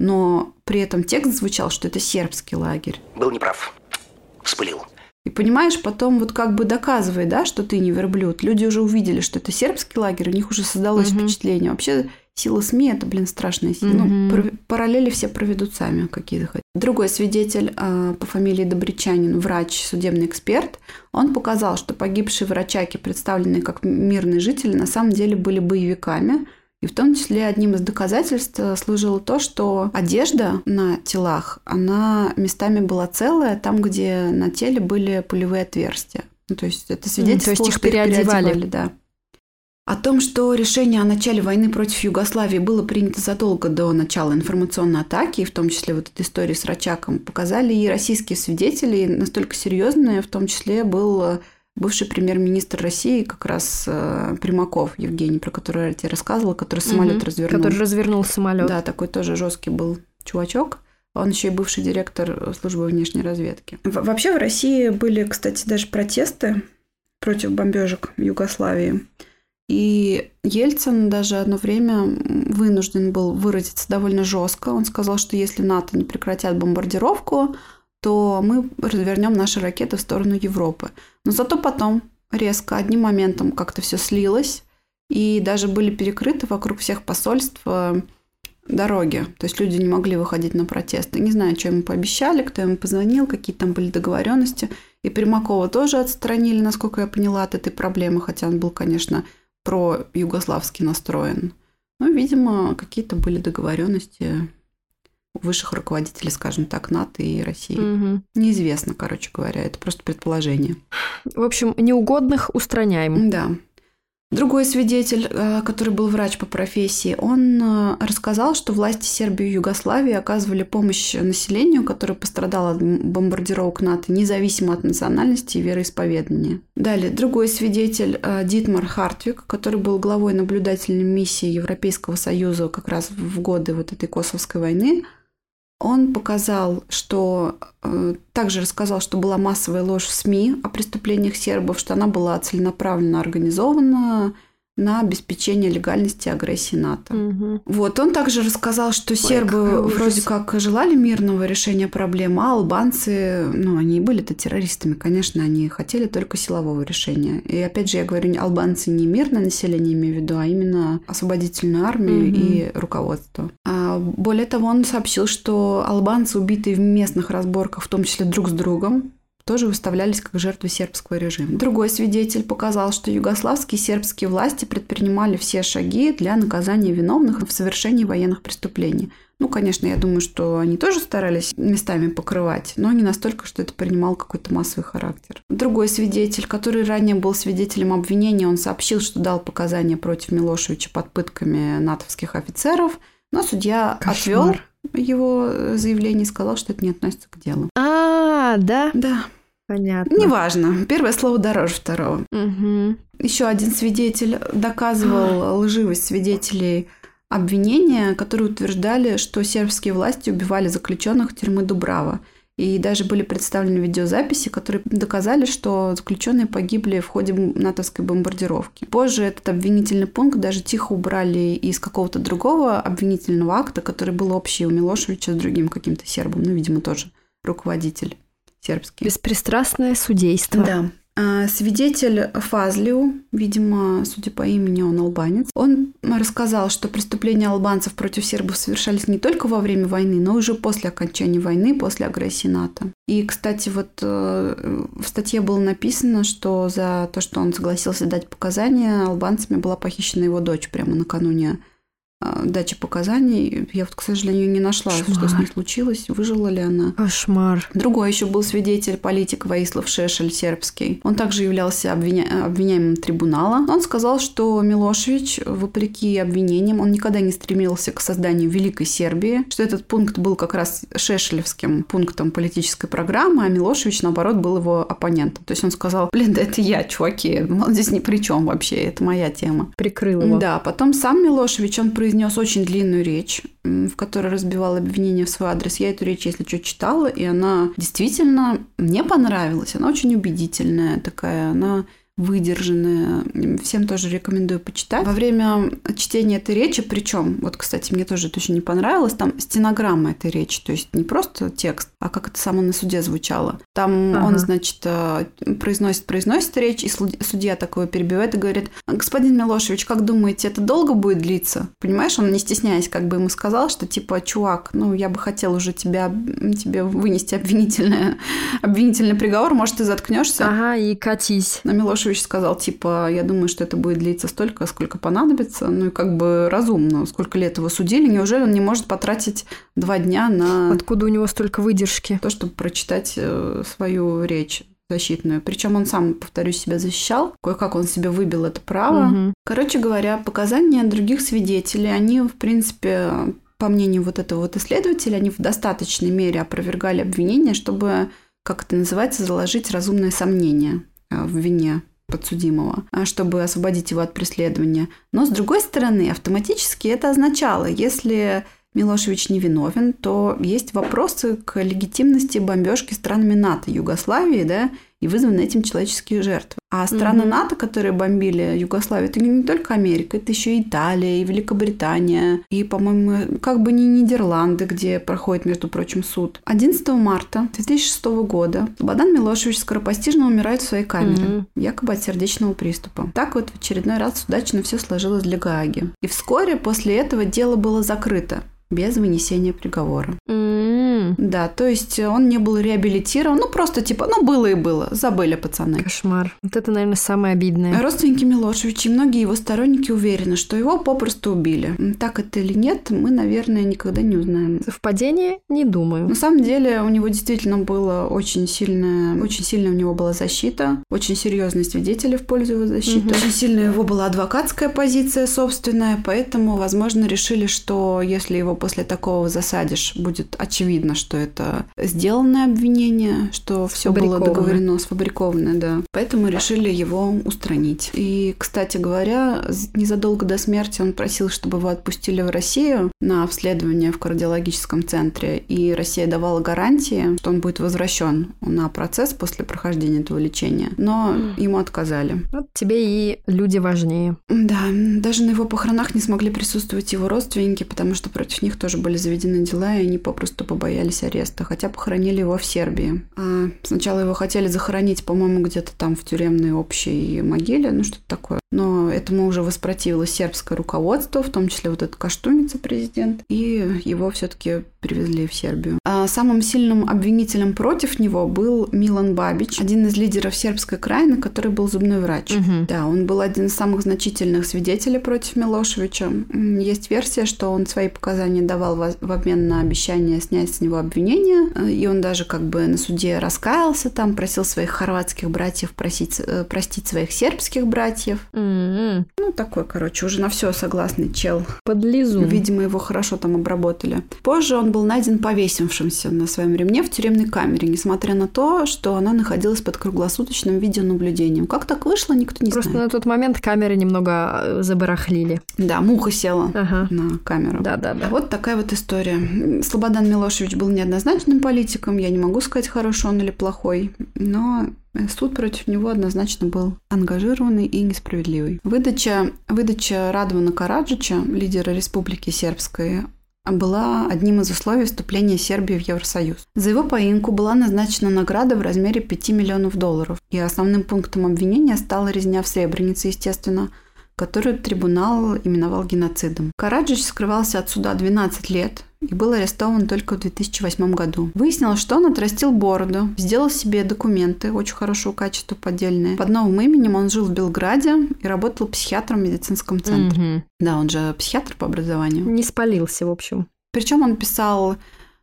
но при этом текст звучал, что это сербский лагерь. Был неправ. Вспылил. И понимаешь, потом вот как бы доказывай, да, что ты не верблюд. Люди уже увидели, что это сербский лагерь, у них уже создалось впечатление. Вообще сила СМИ – это, страшная сила. Параллели все проведут сами, какие захотят. Другой свидетель по фамилии Добричанин, врач, судебный эксперт, он показал, что погибшие в Рачаке, представленные как мирные жители, на самом деле были боевиками, И в том числе одним из доказательств служило то, что одежда на телах, она местами была целая, там, где на теле были пулевые отверстия. Ну, то есть это свидетельствовало, то есть их что их переодевали, да. О том, что решение о начале войны против Югославии было принято задолго до начала информационной атаки, в том числе вот этой истории с Рачаком, показали и российские свидетели, настолько серьезные, в том числе был бывший премьер-министр России, как раз Примаков Евгений, про которого я тебе рассказывала, который самолет развернул. Который развернул самолет. Да, такой тоже жесткий был чувачок. Он еще и бывший директор службы внешней разведки. Вообще в России были, кстати, даже протесты против бомбежек в Югославии. И Ельцин даже одно время вынужден был выразиться довольно жестко. Он сказал, что если НАТО не прекратят бомбардировку, то мы развернем наши ракеты в сторону Европы. Но зато потом резко, одним моментом как-то все слилось, и даже были перекрыты вокруг всех посольств дороги. То есть люди не могли выходить на протесты. Не знаю, что ему пообещали, кто ему позвонил, какие там были договоренности. И Примакова тоже отстранили, насколько я поняла, от этой проблемы, хотя он был, конечно, про-югославски настроен. Но, видимо, какие-то были договоренности у высших руководителей, скажем так, НАТО и России. Угу. Неизвестно, короче говоря, это просто предположение. В общем, неугодных устраняем. Да. Другой свидетель, который был врач по профессии, он рассказал, что власти Сербии и Югославии оказывали помощь населению, которое пострадало от бомбардировок НАТО, независимо от национальности и вероисповедания. Далее, другой свидетель, Дитмар Хартвик, который был главой наблюдательной миссии Европейского Союза как раз в годы вот этой Косовской войны, он показал, что также рассказал, что была массовая ложь в СМИ о преступлениях сербов, что она была целенаправленно организована на обеспечение легальности агрессии НАТО. Угу. Вот, он также рассказал, что сербы вроде как желали мирного решения проблемы, а албанцы, они были-то террористами, конечно, они хотели только силового решения. И опять же, я говорю, албанцы не мирное население, имею в виду, а именно освободительную армию и руководство. Более того, он сообщил, что албанцы, убитые в местных разборках, в том числе друг с другом, тоже выставлялись как жертвы сербского режима. Другой свидетель показал, что югославские и сербские власти предпринимали все шаги для наказания виновных в совершении военных преступлений. Конечно, я думаю, что они тоже старались местами покрывать, но не настолько, что это принимало какой-то массовый характер. Другой свидетель, который ранее был свидетелем обвинения, он сообщил, что дал показания против Милошевича под пытками натовских офицеров, но судья отвел его заявление и сказал, что это не относится к делу. Да? Да. Понятно. Неважно. Первое слово дороже второго. Угу. Еще один свидетель доказывал лживость свидетелей обвинения, которые утверждали, что сербские власти убивали заключенных тюрьмы Дубрава. И даже были представлены видеозаписи, которые доказали, что заключенные погибли в ходе натовской бомбардировки. Позже этот обвинительный пункт даже тихо убрали из какого-то другого обвинительного акта, который был общий у Милошевича с другим каким-то сербом, видимо, тоже руководитель сербский. Беспристрастное судейство. Да. Свидетель Фазлиу, видимо, судя по имени, он албанец, он рассказал, что преступления албанцев против сербов совершались не только во время войны, но и уже после окончания войны, после агрессии НАТО. И, кстати, вот в статье было написано, что за то, что он согласился дать показания, албанцами была похищена его дочь прямо накануне дачи показаний. Я вот, к сожалению, не нашла, что с ней случилось, выжила ли она. Кошмар. Другой еще был свидетель, политик Воислав Шешель, сербский. Он также являлся обвиняемым трибунала. Он сказал, что Милошевич, вопреки обвинениям, он никогда не стремился к созданию Великой Сербии, что этот пункт был как раз шешелевским пунктом политической программы, а Милошевич, наоборот, был его оппонентом. То есть он сказал, да это я, чуваки, здесь ни при чем вообще, это моя тема. Прикрыл его. Да, потом сам Милошевич, он произнес очень длинную речь, в которой разбивал обвинения в свой адрес. Я эту речь, если что, читала, и она действительно мне понравилась. Она очень убедительная такая, она выдержанная. Всем тоже рекомендую почитать. Во время чтения этой речи, причем, вот, кстати, мне тоже это очень не понравилось, там стенограмма этой речи, то есть не просто текст, а как это само на суде звучало. Там он, значит, произносит речь, и судья такого перебивает и говорит: господин Милошевич, как думаете, это долго будет длиться? Понимаешь, он, не стесняясь, как бы ему сказал, что типа, чувак, я бы хотел уже тебе вынести обвинительный приговор, может, ты заткнешься? Ага, и катись. Но Милошевич Милошевич сказал, типа, я думаю, что это будет длиться столько, сколько понадобится. Ну и как бы разумно, сколько лет его судили. Неужели он не может потратить 2 дня на... Откуда у него столько выдержки? То, чтобы прочитать свою речь защитную. Причем он сам, повторюсь, себя защищал. Кое-как он себе выбил это право. Угу. Короче говоря, показания других свидетелей, они, в принципе, по мнению вот этого вот исследователя, они в достаточной мере опровергали обвинение, чтобы, как это называется, заложить разумное сомнение в вине подсудимого, чтобы освободить его от преследования. Но, с другой стороны, автоматически это означало, если Милошевич невиновен, то есть вопросы к легитимности бомбежки странами НАТО Югославии, да, и вызваны этим человеческие жертвы. А страны НАТО, которые бомбили Югославию, это не только Америка, это еще и Италия, и Великобритания, и, по-моему, как бы не Нидерланды, где проходит, между прочим, суд. 11 марта 2006 года Слободан Милошевич скоропостижно умирает в своей камере, якобы от сердечного приступа. Так вот в очередной раз удачно все сложилось для Гааги. И вскоре после этого дело было закрыто, без вынесения приговора. Да, то есть он не был реабилитирован, ну просто типа, ну было и было, забыли пацаны. Кошмар. Вот это, наверное, самое обидное. Родственники Милошевича и многие его сторонники уверены, что его попросту убили. Так это или нет, мы, наверное, никогда не узнаем. Совпадение? Не думаю. На самом деле у него действительно было очень сильная у него была защита, очень серьезные свидетели в пользу его защиты. Очень сильная у него была адвокатская позиция собственная, поэтому, возможно, решили, что если его после такого засадишь, будет очевидно, что это сделанное обвинение, что все было договорено, сфабрикованное, да. Поэтому решили его устранить. И, кстати говоря, незадолго до смерти он просил, чтобы его отпустили в Россию на обследование в кардиологическом центре, и Россия давала гарантии, что он будет возвращен на процесс после прохождения этого лечения, но ему отказали. Вот тебе и люди важнее. Да, даже на его похоронах не смогли присутствовать его родственники, потому что против них тоже были заведены дела, и они попросту побоялись ареста, хотя похоронили его в Сербии. Сначала его хотели захоронить, по-моему, где-то там в тюремной общей могиле, ну что-то такое. Но этому уже воспротивилось сербское руководство, в том числе вот этот Каштуница, президент, и его все-таки привезли в Сербию. А самым сильным обвинителем против него был Милан Бабич, один из лидеров сербской Краины, который был зубной врач. Да, он был один из самых значительных свидетелей против Милошевича. Есть версия, что он свои показания давал в обмен на обещание снять с него обвинение, и он даже как бы на суде раскаялся там, просил своих хорватских братьев простить своих сербских братьев. Ну, такой, короче, уже на все согласный чел. Подлизу. Видимо, его хорошо там обработали. Позже он был найден повесившимся на своем ремне в тюремной камере, несмотря на то, что она находилась под круглосуточным видеонаблюдением. Как так вышло, никто не знает. Просто на тот момент камеры немного забарахлили. Да, муха села на камеру. Да. Вот такая вот история. Слободан Милошевич был неоднозначным политиком. Я не могу сказать, хороший он или плохой, но суд против него однозначно был ангажированный и несправедливый. Выдача Радована Караджича, лидера Республики Сербской, была одним из условий вступления Сербии в Евросоюз. За его поимку была назначена награда в размере $5 миллионов. И основным пунктом обвинения стала резня в Сребренице, естественно, которую трибунал именовал геноцидом. Караджич скрывался от суда 12 лет и был арестован только в 2008 году. Выяснилось, что он отрастил бороду, сделал себе документы очень хорошего качества, поддельные. Под новым именем он жил в Белграде и работал психиатром в медицинском центре. Да, он же психиатр по образованию. Не спалился, в общем. Причем он писал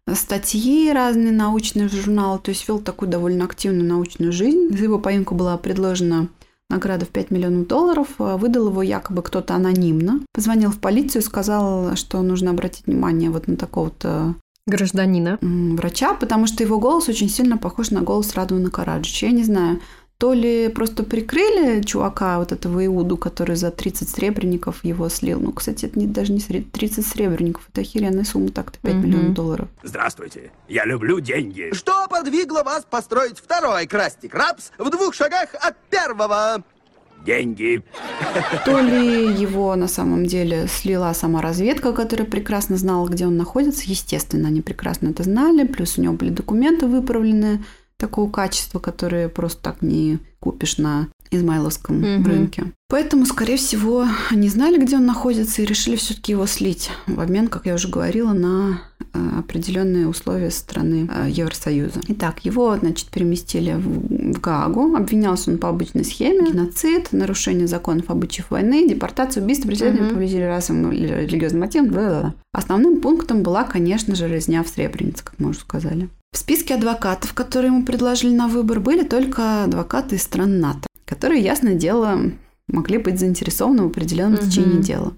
статьи разные, научные журналы, то есть вел такую довольно активную научную жизнь. За его поимку была предложена награда в $5 миллионов, выдал его якобы кто-то анонимно. Позвонил в полицию, сказал, что нужно обратить внимание вот на такого-то гражданина, врача, потому что его голос очень сильно похож на голос Радована Караджича. Я не знаю, то ли просто прикрыли чувака, вот этого Иуду, который за 30 сребреников его слил. Ну, кстати, это даже не 30 сребреников, это охеренная сумма, так-то $5 миллионов. Здравствуйте, я люблю деньги. Что подвигло вас построить второй Красти Крабс в 2 шагах от первого? Деньги. То ли его на самом деле слила сама разведка, которая прекрасно знала, где он находится. Естественно, они прекрасно это знали. Плюс у него были документы выправленные такого качества, которые просто так не купишь на измайловском рынке. Поэтому, скорее всего, они знали, где он находится, и решили все-таки его слить в обмен, как я уже говорила, на определенные условия со стороны Евросоюза. Итак, его, переместили в Гаагу. Обвинялся он по обычной схеме: геноцид, нарушение законов, обычаев войны, депортация, убийство, преследование по расовым или религиозным мотивам. Бла-бла-бла. Основным пунктом была, конечно же, резня в Сребренице, как мы уже сказали. В списке адвокатов, которые ему предложили на выбор, были только адвокаты из стран НАТО, которые, ясное дело, могли быть заинтересованы в определенном течении дела.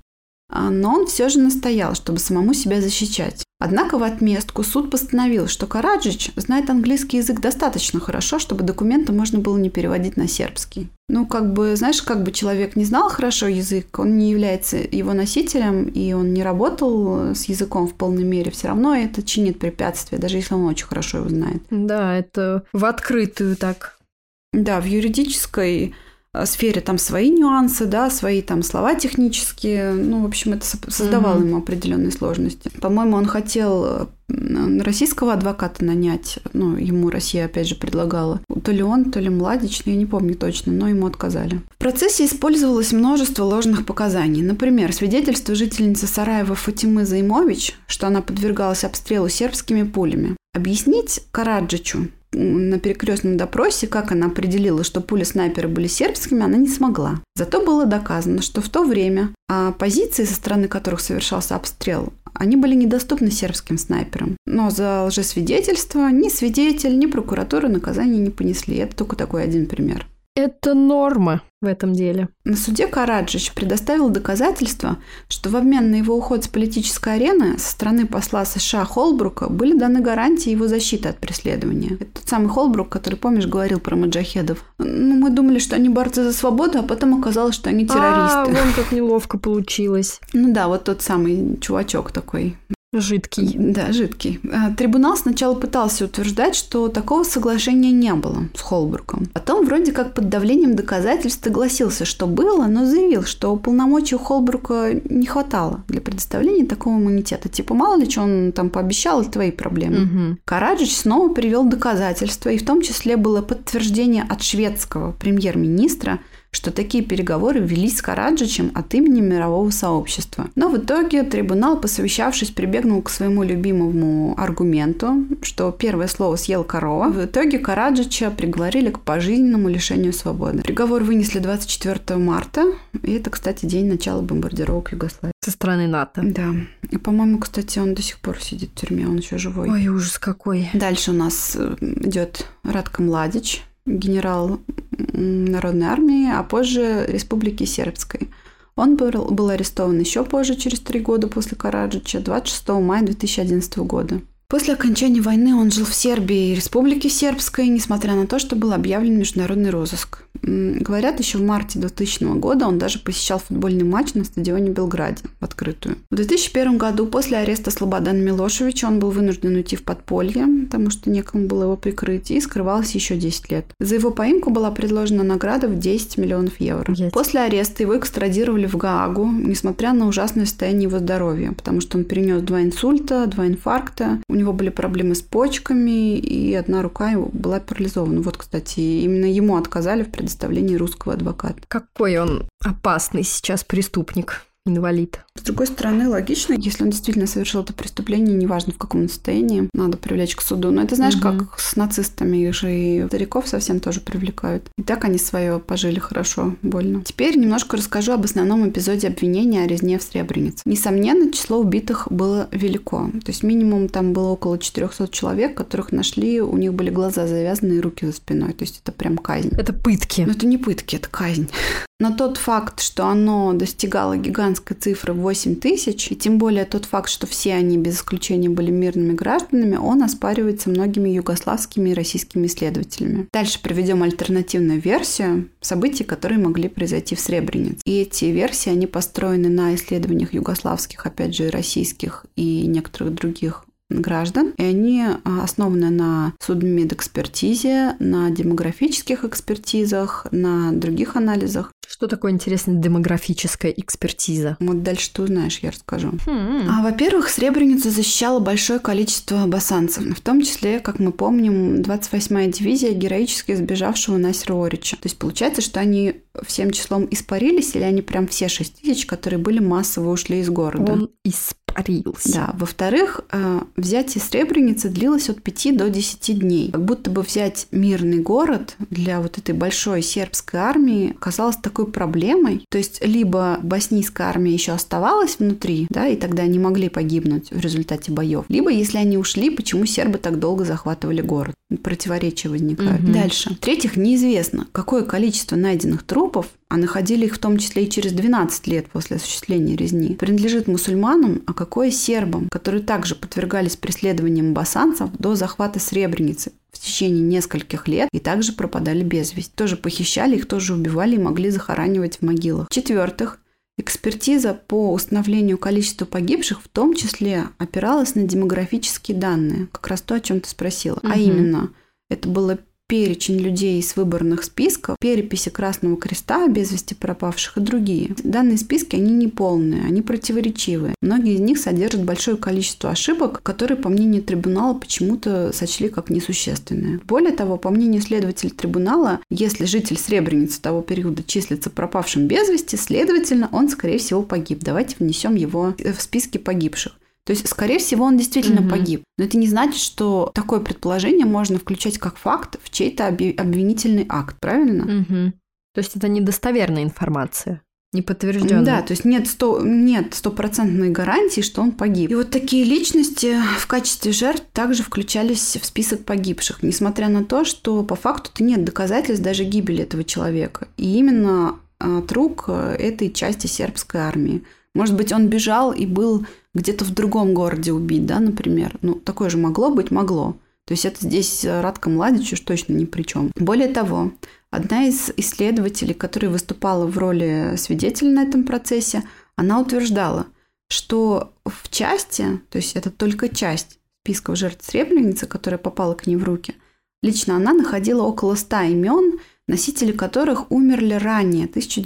Но он все же настоял, чтобы самому себя защищать. Однако в отместку суд постановил, что Караджич знает английский язык достаточно хорошо, чтобы документы можно было не переводить на сербский. Как бы человек не знал хорошо язык, он не является его носителем, и он не работал с языком в полной мере, все равно это чинит препятствие, даже если он очень хорошо его знает. Да, это в открытую так. Да, в юридической сфере там свои нюансы, да, свои там слова технические. В общем, это создавало ему определенные сложности. По-моему, он хотел российского адвоката нанять. Ему Россия, опять же, предлагала. То ли он, то ли Младич, я не помню точно, но ему отказали. В процессе использовалось множество ложных показаний. Например, свидетельство жительницы Сараева Фатимы Займович, что она подвергалась обстрелу сербскими пулями. Объяснить Караджичу на перекрестном допросе, как она определила, что пули снайпера были сербскими, она не смогла. Зато было доказано, что в то время позиции, со стороны которых совершался обстрел, они были недоступны сербским снайперам. Но за лжесвидетельство ни свидетель, ни прокуратура наказания не понесли. Это только такой один пример. Это норма в этом деле. На суде Караджич предоставил доказательства, что в обмен на его уход с политической арены со стороны посла США Холбрука были даны гарантии его защиты от преследования. Это тот самый Холбрук, который, помнишь, говорил про маджахедов. Мы думали, что они борцы за свободу, а потом оказалось, что они террористы. Вон как неловко получилось. Вот тот самый чувачок такой. Жидкий. Да, жидкий. Трибунал сначала пытался утверждать, что такого соглашения не было с Холбруком. Потом вроде как под давлением доказательств согласился, что было, но заявил, что полномочий у Холбрука не хватало для предоставления такого иммунитета. Мало ли, что он там пообещал, это твои проблемы. Караджич снова привел доказательства, и в том числе было подтверждение от шведского премьер-министра, что такие переговоры велись с Караджичем от имени мирового сообщества. Но в итоге трибунал, посовещавшись, прибегнул к своему любимому аргументу, что первое слово съел корова. В итоге Караджича приговорили к пожизненному лишению свободы. Приговор вынесли 24 марта, и это, кстати, день начала бомбардировок Югославии. Со стороны НАТО. Да. И, по-моему, кстати, он до сих пор сидит в тюрьме, он еще живой. Ой, ужас какой. Дальше у нас идет Радко Младич, генерал Народной армии, а позже Республики Сербской. Он был арестован еще позже, через 3 года после Караджича, 26 мая 2011 года. После окончания войны он жил в Сербии и Республике Сербской, несмотря на то, что был объявлен международный розыск. Говорят, еще в марте 2000 года он даже посещал футбольный матч на стадионе в Белграде в открытую. В 2001 году после ареста Слободана Милошевича он был вынужден уйти в подполье, потому что некому было его прикрыть, и скрывался еще 10 лет. За его поимку была предложена награда в 10 миллионов евро. После ареста его экстрадировали в Гаагу, несмотря на ужасное состояние его здоровья, потому что он перенес 2 инсульта, 2 инфаркта, у него были проблемы с почками, и одна рука его была парализована. Кстати, именно ему отказали в предоставлении русского адвоката. Какой он опасный сейчас преступник, инвалид. С другой стороны, логично, если он действительно совершил это преступление, неважно в каком состоянии, надо привлечь к суду. Но это, знаешь, как с нацистами, их же и стариков совсем тоже привлекают. И так они свое пожили хорошо, больно. Теперь немножко расскажу об основном эпизоде обвинения о резне в Сребренице. Несомненно, число убитых было велико. То есть минимум там было около 400 человек, которых нашли, у них были глаза завязаны и руки за спиной. То есть это прям казнь. Это пытки. Но это не пытки, это казнь. Но тот факт, что оно достигало гигантской цифры 8 тысяч, и тем более тот факт, что все они без исключения были мирными гражданами, он оспаривается многими югославскими и российскими исследователями. Дальше приведем альтернативную версию событий, которые могли произойти в Сребренице. И эти версии, они построены на исследованиях югославских, опять же, российских и некоторых других граждан, и они основаны на судмедэкспертизе, на демографических экспертизах, на других анализах. Что такое, интересная демографическая экспертиза? Дальше ты узнаешь, я расскажу. Во-первых, Сребреницу защищало большое количество босанцев, в том числе, как мы помним, 28-я дивизия героически сбежавшего Насера Орича. То есть получается, что они всем числом испарились, или они прям все 6 тысяч, которые были массово ушли из города? Он испарился. испарился. Да. Во-вторых, взятие Сребреницы длилось от 5 до 10 дней. Как будто бы взять мирный город для вот этой большой сербской армии казалось такой проблемой. То есть либо боснийская армия еще оставалась внутри, да, и тогда они могли погибнуть в результате боев, либо, если они ушли, почему сербы так долго захватывали город? Противоречия возникают. Дальше. В-третьих, неизвестно, какое количество найденных трупов, а находили их в том числе и через 12 лет после осуществления резни, принадлежит мусульманам, а какое сербам, которые также подвергались преследованиям босанцев до захвата Сребреницы в течение нескольких лет и также пропадали без вести. Тоже похищали их, тоже убивали и могли захоранивать в могилах. В-четвертых, экспертиза по установлению количества погибших в том числе опиралась на демографические данные. Как раз то, о чем ты спросила. А именно, это было перечень людей из выборных списков, переписи Красного Креста, без вести пропавших и другие. Данные списки, они неполные, они противоречивые. Многие из них содержат большое количество ошибок, которые, по мнению трибунала, почему-то сочли как несущественные. Более того, по мнению следователя трибунала, если житель Сребреницы того периода числится пропавшим без вести, следовательно, он, скорее всего, погиб. Давайте внесем его в списки погибших. То есть, скорее всего, он действительно погиб. Но это не значит, что такое предположение можно включать как факт в чей-то обвинительный акт, правильно? То есть, это недостоверная информация, не подтвержденная. Да, то есть нет стопроцентной гарантии, что он погиб. И вот такие личности в качестве жертв также включались в список погибших, несмотря на то, что по факту-то нет доказательств даже гибели этого человека. И именно от рук этой части сербской армии. Может быть, он бежал и был где-то в другом городе убит, да, например. Ну, такое же могло быть, могло. То есть это здесь Радко Младич уж точно ни при чем. Более того, одна из исследователей, которая выступала в роли свидетеля на этом процессе, она утверждала, что в части, то есть это только часть списков жертв Сребреницы, которая попала к ней в руки, лично она находила около 100 имен, носители которых умерли ранее,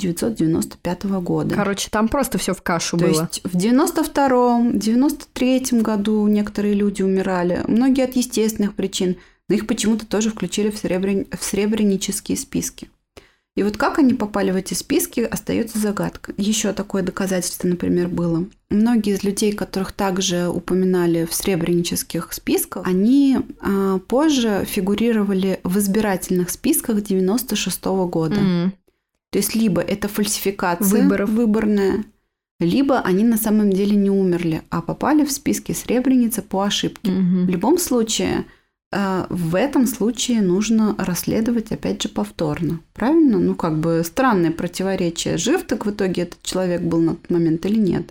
1995 года. Короче, там просто все в кашу было. То есть в 92-м, 93-м году некоторые люди умирали, многие от естественных причин, но их почему-то тоже включили в сребренические списки. И вот как они попали в эти списки, остается загадкой. Еще такое доказательство, например, было. Многие из людей, которых также упоминали в сребренических списках, они позже фигурировали в избирательных списках 96-го года. То есть либо это фальсификация выборная, либо они на самом деле не умерли, а попали в списки Сребреницы по ошибке. В любом случае, в этом случае нужно расследовать, опять же, повторно. Правильно? Ну, как бы странное противоречие. Жив так в итоге этот человек был на тот момент или нет?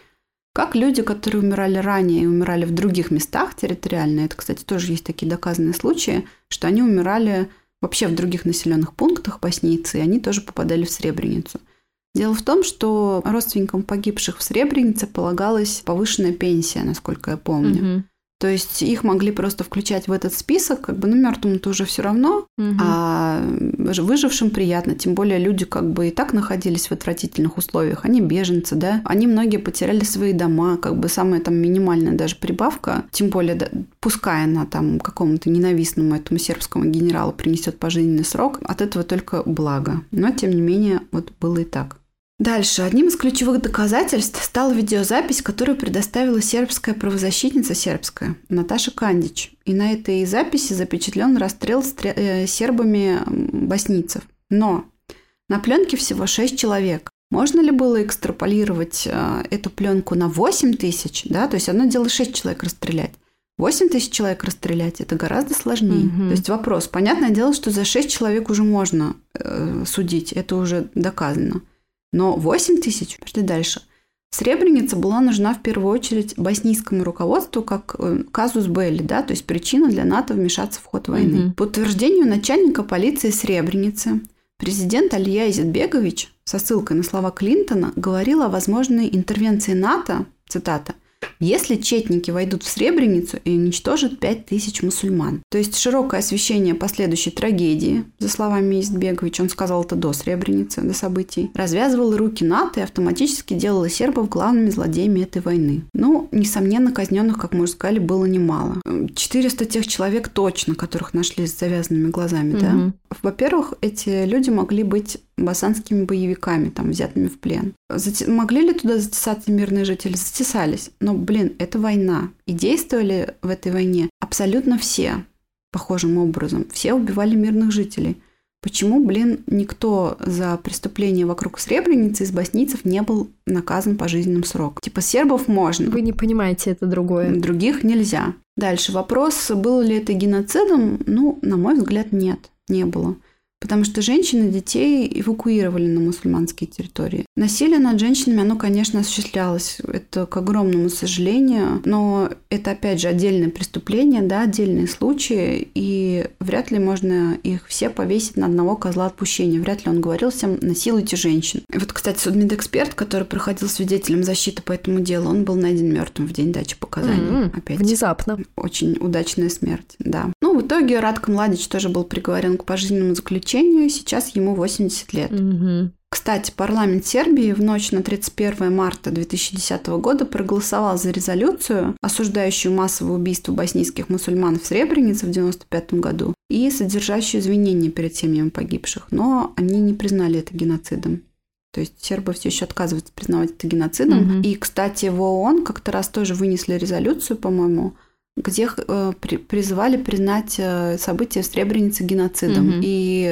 Как люди, которые умирали ранее и умирали в других местах территориально, это, кстати, тоже есть такие доказанные случаи, что они умирали вообще в других населенных пунктах боснийцы, и они тоже попадали в Сребреницу. Дело в том, что родственникам погибших в Сребренице полагалась повышенная пенсия, насколько я помню. То есть их могли просто включать в этот список, как бы, ну, мертвым-то уже все равно, а выжившим приятно. Тем более люди как бы и так находились в отвратительных условиях. Они беженцы, да. Они многие потеряли свои дома, как бы самая там минимальная даже прибавка, тем более, да, пускай она там какому-то ненавистному этому сербскому генералу принесет пожизненный срок, от этого только благо. Но, тем не менее, вот было и так. Дальше. Одним из ключевых доказательств стала видеозапись, которую предоставила сербская правозащитница Наташа Кандич. И на этой записи запечатлен расстрел сербами боснийцев. Но на пленке всего 6 человек. Можно ли было экстраполировать эту пленку на 8 тысяч? Да? То есть одно дело 6 человек расстрелять. 8 тысяч человек расстрелять – это гораздо сложнее. То есть вопрос. Понятное дело, что за 6 человек уже можно судить. Это уже доказано. Но 8 тысяч, пошли дальше. Сребреница была нужна в первую очередь боснийскому руководству как казус белли, да, то есть причина для НАТО вмешаться в ход войны. По утверждению начальника полиции Сребреницы, президент Алия Изетбегович со ссылкой на слова Клинтона говорил о возможной интервенции НАТО, цитата, если четники войдут в Сребреницу и уничтожат 5000 мусульман. То есть широкое освещение последующей трагедии, за словами Изетбеговича, он сказал это до Сребреницы, до событий, развязывало руки НАТО и автоматически делало сербов главными злодеями этой войны. Ну, несомненно, казненных, как мы уже сказали, было немало. 400 тех человек точно, которых нашли с завязанными глазами, да. Во-первых, эти люди могли быть боссанскими боевиками, там, взятыми в плен. Могли ли туда затесаться мирные жители? Затесались. Но, это война. И действовали в этой войне абсолютно все похожим образом. Все убивали мирных жителей. Почему, никто за преступление вокруг Сребреницы из боснийцев не был наказан пожизненным сроком? Типа сербов можно. Вы не понимаете, это другое. Других нельзя. Дальше вопрос, было ли это геноцидом? На мой взгляд, нет, не было. Потому что женщин и детей эвакуировали на мусульманские территории. Насилие над женщинами, оно, конечно, осуществлялось. Это, к огромному сожалению, но это, опять же, отдельное преступление, да, отдельные случаи, и вряд ли можно их все повесить на одного козла отпущения. Вряд ли он говорил всем: насилуйте женщин. И вот, кстати, судмедэксперт, который проходил свидетелем защиты по этому делу, он был найден мертвым в день дачи показаний. Опять. Внезапно. Очень удачная смерть, да. В итоге Радко Младич тоже был приговорен к пожизненному заключению. Сейчас ему 80 лет. Кстати, парламент Сербии в ночь на 31 марта 2010 года проголосовал за резолюцию, осуждающую массовое убийство боснийских мусульман в Сребренице в 1995 году и содержащую извинения перед семьями погибших. Но они не признали это геноцидом. То есть сербы все еще отказываются признавать это геноцидом. И, кстати, в ООН как-то раз тоже вынесли резолюцию, по-моему, где призывали признать события в Сребренице геноцидом. И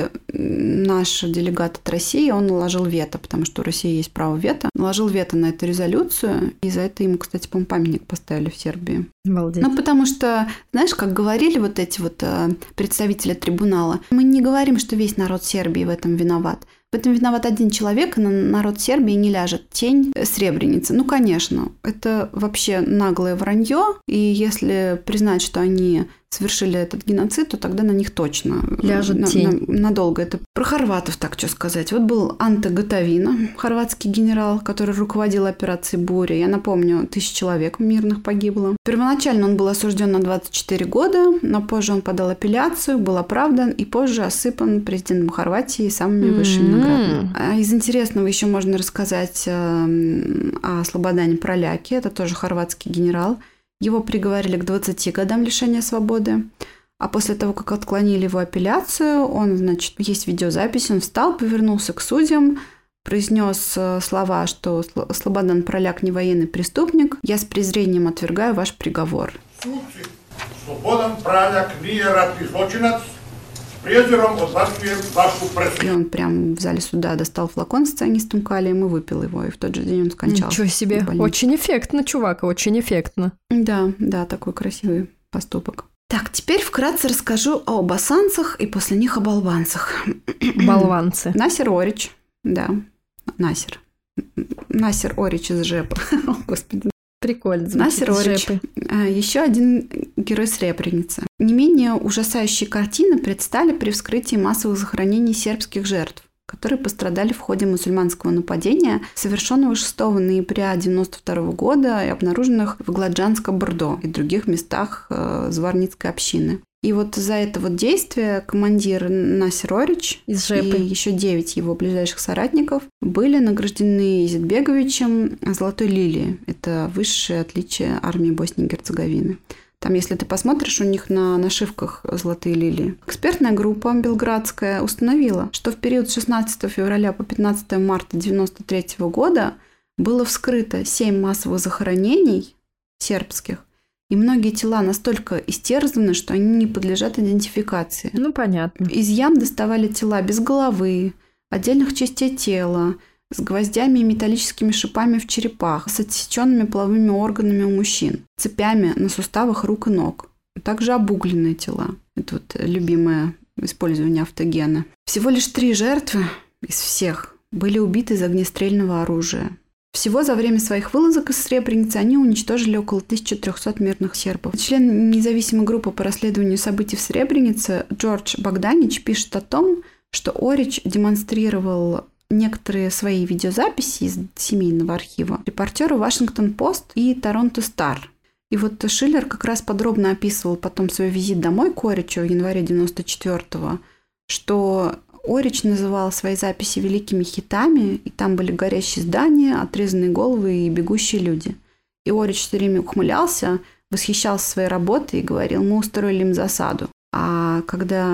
наш делегат от России, он наложил вето, потому что у России есть право вето, наложил вето на эту резолюцию, и за это ему, кстати, по-моему, памятник поставили в Сербии. Обалдеть. Потому что, знаешь, как говорили вот эти вот представители трибунала, мы не говорим, что весь народ Сербии в этом виноват. В этом виноват один человек, и на народ Сербии не ляжет тень Сребреницы. Конечно, это вообще наглое вранье, и если признать, что они совершили этот геноцид, то тогда на них точно ляжет тень. Надолго. Это про хорватов, так что сказать. Вот был Анте Готовина, хорватский генерал, который руководил операцией «Буря». Я напомню, 1000 человек мирных погибло. Первоначально он был осужден на 24 года, но позже он подал апелляцию, был оправдан и позже осыпан президентом Хорватии самыми высшими наградами. Из интересного еще можно рассказать о Слободане Проляке. Это тоже хорватский генерал. Его приговорили к 20 годам лишения свободы. А после того, как отклонили его апелляцию, есть видеозапись, он встал, повернулся к судьям, произнес слова, что Слободан Проляк не военный преступник. Я с презрением отвергаю ваш приговор. Слободан Проляк не ратный злочинец. И он прям в зале суда достал флакон с цианистым калием и выпил его, и в тот же день он скончался. Ничего себе, очень эффектно, чувак, очень эффектно. Да, такой красивый поступок. Так, теперь вкратце расскажу о боссанцах и после них об албанцах. Болванцы. Насер Орич, да, Насер Орич из Жепа, господи. Прикольно. Насер Орич. Еще один герой Сребреницы. Не менее ужасающие картины предстали при вскрытии массовых захоронений сербских жертв, которые пострадали в ходе мусульманского нападения, совершенного 6 ноября 1992 года и обнаруженных в Гладжанско-Бордо и других местах Зварницкой общины. И вот за это вот действие командир Насер Орич и еще 9 его ближайших соратников были награждены Изетбеговичем Золотой лилией. Это высшее отличие армии Боснии и Герцеговины. Там, если ты посмотришь, у них на нашивках золотые лилии. Экспертная группа белградская установила, что в период с 16 февраля по 15 марта 1993 года было вскрыто 7 массовых захоронений сербских, и многие тела настолько истерзаны, что они не подлежат идентификации. Понятно. Из ям доставали тела без головы, отдельных частей тела, с гвоздями и металлическими шипами в черепах, с отсеченными половыми органами у мужчин, цепями на суставах рук и ног. Также обугленные тела. Это вот любимое использование автогена. Всего лишь 3 жертвы из всех были убиты из огнестрельного оружия. Всего за время своих вылазок из Сребреницы они уничтожили около 1300 мирных сербов. Член независимой группы по расследованию событий в Сребренице Джордж Богданич пишет о том, что Орич демонстрировал некоторые свои видеозаписи из семейного архива репортеру Вашингтон-Пост и Торонто Стар. И вот Шиллер как раз подробно описывал потом свой визит домой к Оричу в январе 1994-го, что Орич называл свои записи великими хитами, и там были горящие здания, отрезанные головы и бегущие люди. И Орич все время ухмылялся, восхищался своей работой и говорил: мы устроили им засаду. А когда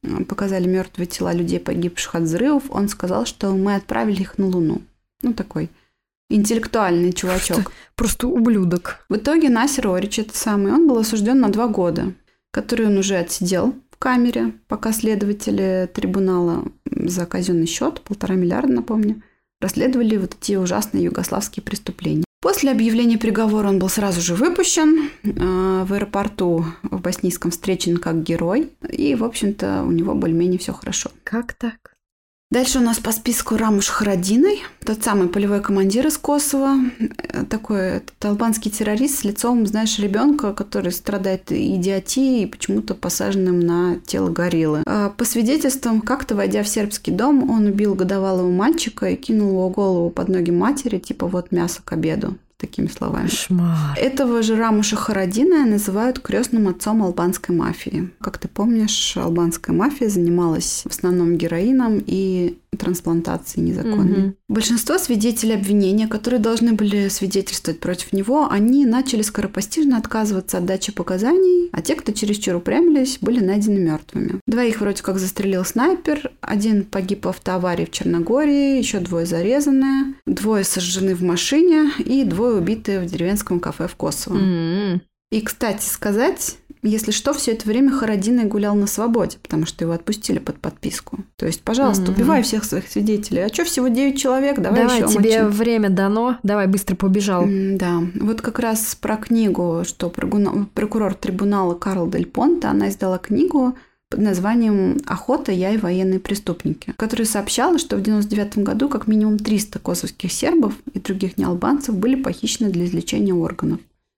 показали мертвые тела людей, погибших от взрывов, он сказал, что мы отправили их на Луну. Такой интеллектуальный чувачок. Просто ублюдок. В итоге Насер Орич, это самый, он был осужден на 2 года, которые он уже отсидел в камере, пока следователи трибунала за казенный счет, 1,5 миллиарда, напомню, расследовали вот эти ужасные югославские преступления. После объявления приговора он был сразу же выпущен, в аэропорту в Боснийском встречен как герой, и, в общем-то, у него более-менее все хорошо. Как так? Дальше у нас по списку Рамуш Харадиной, тот самый полевой командир из Косово, такой албанский террорист с лицом, знаешь, ребенка, который страдает идиотией и почему-то посаженным на тело гориллы. По свидетельствам, как-то войдя в сербский дом, он убил годовалого мальчика и кинул его голову под ноги матери, типа вот мясо к обеду. Такими словами. Кошмар. Этого же Рамуша Харадина называют крестным отцом албанской мафии. Как ты помнишь, албанская мафия занималась в основном героином и трансплантацией незаконной. Большинство свидетелей обвинения, которые должны были свидетельствовать против него, они начали скоропостижно отказываться от дачи показаний, а те, кто чересчур упрямились, были найдены мертвыми. 2 вроде как застрелил снайпер, 1 погиб в автоаварии в Черногории, еще 2 зарезаны, 2 сожжены в машине и 2 убитые в деревенском кафе в Косово. И, кстати сказать, если что, все это время Харадиной гулял на свободе, потому что его отпустили под подписку. То есть, пожалуйста, убивай всех своих свидетелей. А что, всего 9 человек? Давай еще тебе мочи. время дано, давай быстро побежал. Да, вот как раз про книгу, что прокурор трибунала Карл Дель Понте, она издала книгу под названием «Охота, я и военные преступники», которая сообщала, что в 1999 году как минимум 300 косовских сербов и других неалбанцев были похищены для извлечения органов.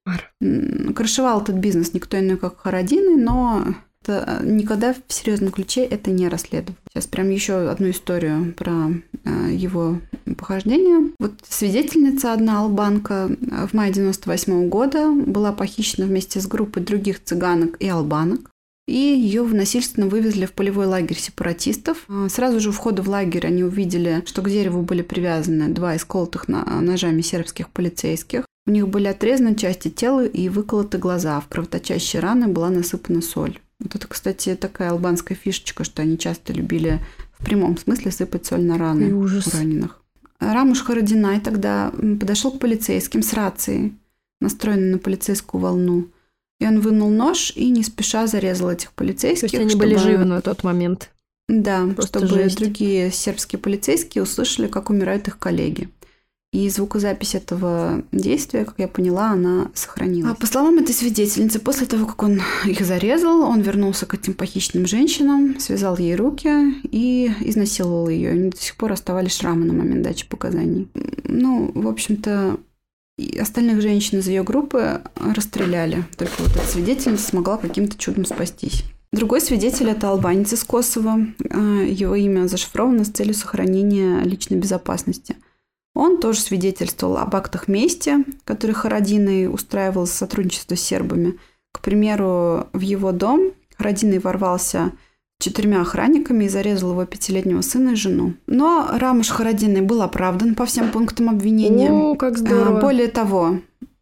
Крышевал этот бизнес никто иной, как Харадины, но никогда в серьезном ключе это не расследовал. Сейчас прям еще одну историю про его похождение. Вот свидетельница, одна албанка, в мае 1998 года была похищена вместе с группой других цыганок и албанок. И ее насильственно вывезли в полевой лагерь сепаратистов. Сразу же у входа в лагерь они увидели, что к дереву были привязаны 2 исколотых ножами сербских полицейских. У них были отрезаны части тела и выколоты глаза. В кровоточащие раны была насыпана соль. Вот это, кстати, такая албанская фишечка, что они часто любили в прямом смысле сыпать соль на раны у раненых. Рамуш Харадинай тогда подошел к полицейским с рацией, настроенной на полицейскую волну. И он вынул нож и не спеша зарезал этих полицейских. То есть они были живы на тот момент. Да, просто чтобы жесть. Другие сербские полицейские услышали, как умирают их коллеги. И звукозапись этого действия, как я поняла, она сохранилась. По словам этой свидетельницы, после того, как он их зарезал, он вернулся к этим похищенным женщинам, связал ей руки и изнасиловал ее. У них до сих пор оставались шрамы на момент дачи показаний. В общем-то, остальных женщин из ее группы расстреляли. Только вот эта свидетельница смогла каким-то чудом спастись. Другой свидетель – это албанец из Косово. Его имя зашифровано с целью сохранения личной безопасности. Он тоже свидетельствовал об актах мести, которые Харадиной устраивал за сотрудничество с сербами. К примеру, в его дом Харадиной ворвался 4 охранниками и зарезал его 5-летнего сына и жену. Но Рамуш Харадиной был оправдан по всем пунктам обвинения. О, как здорово! Более того,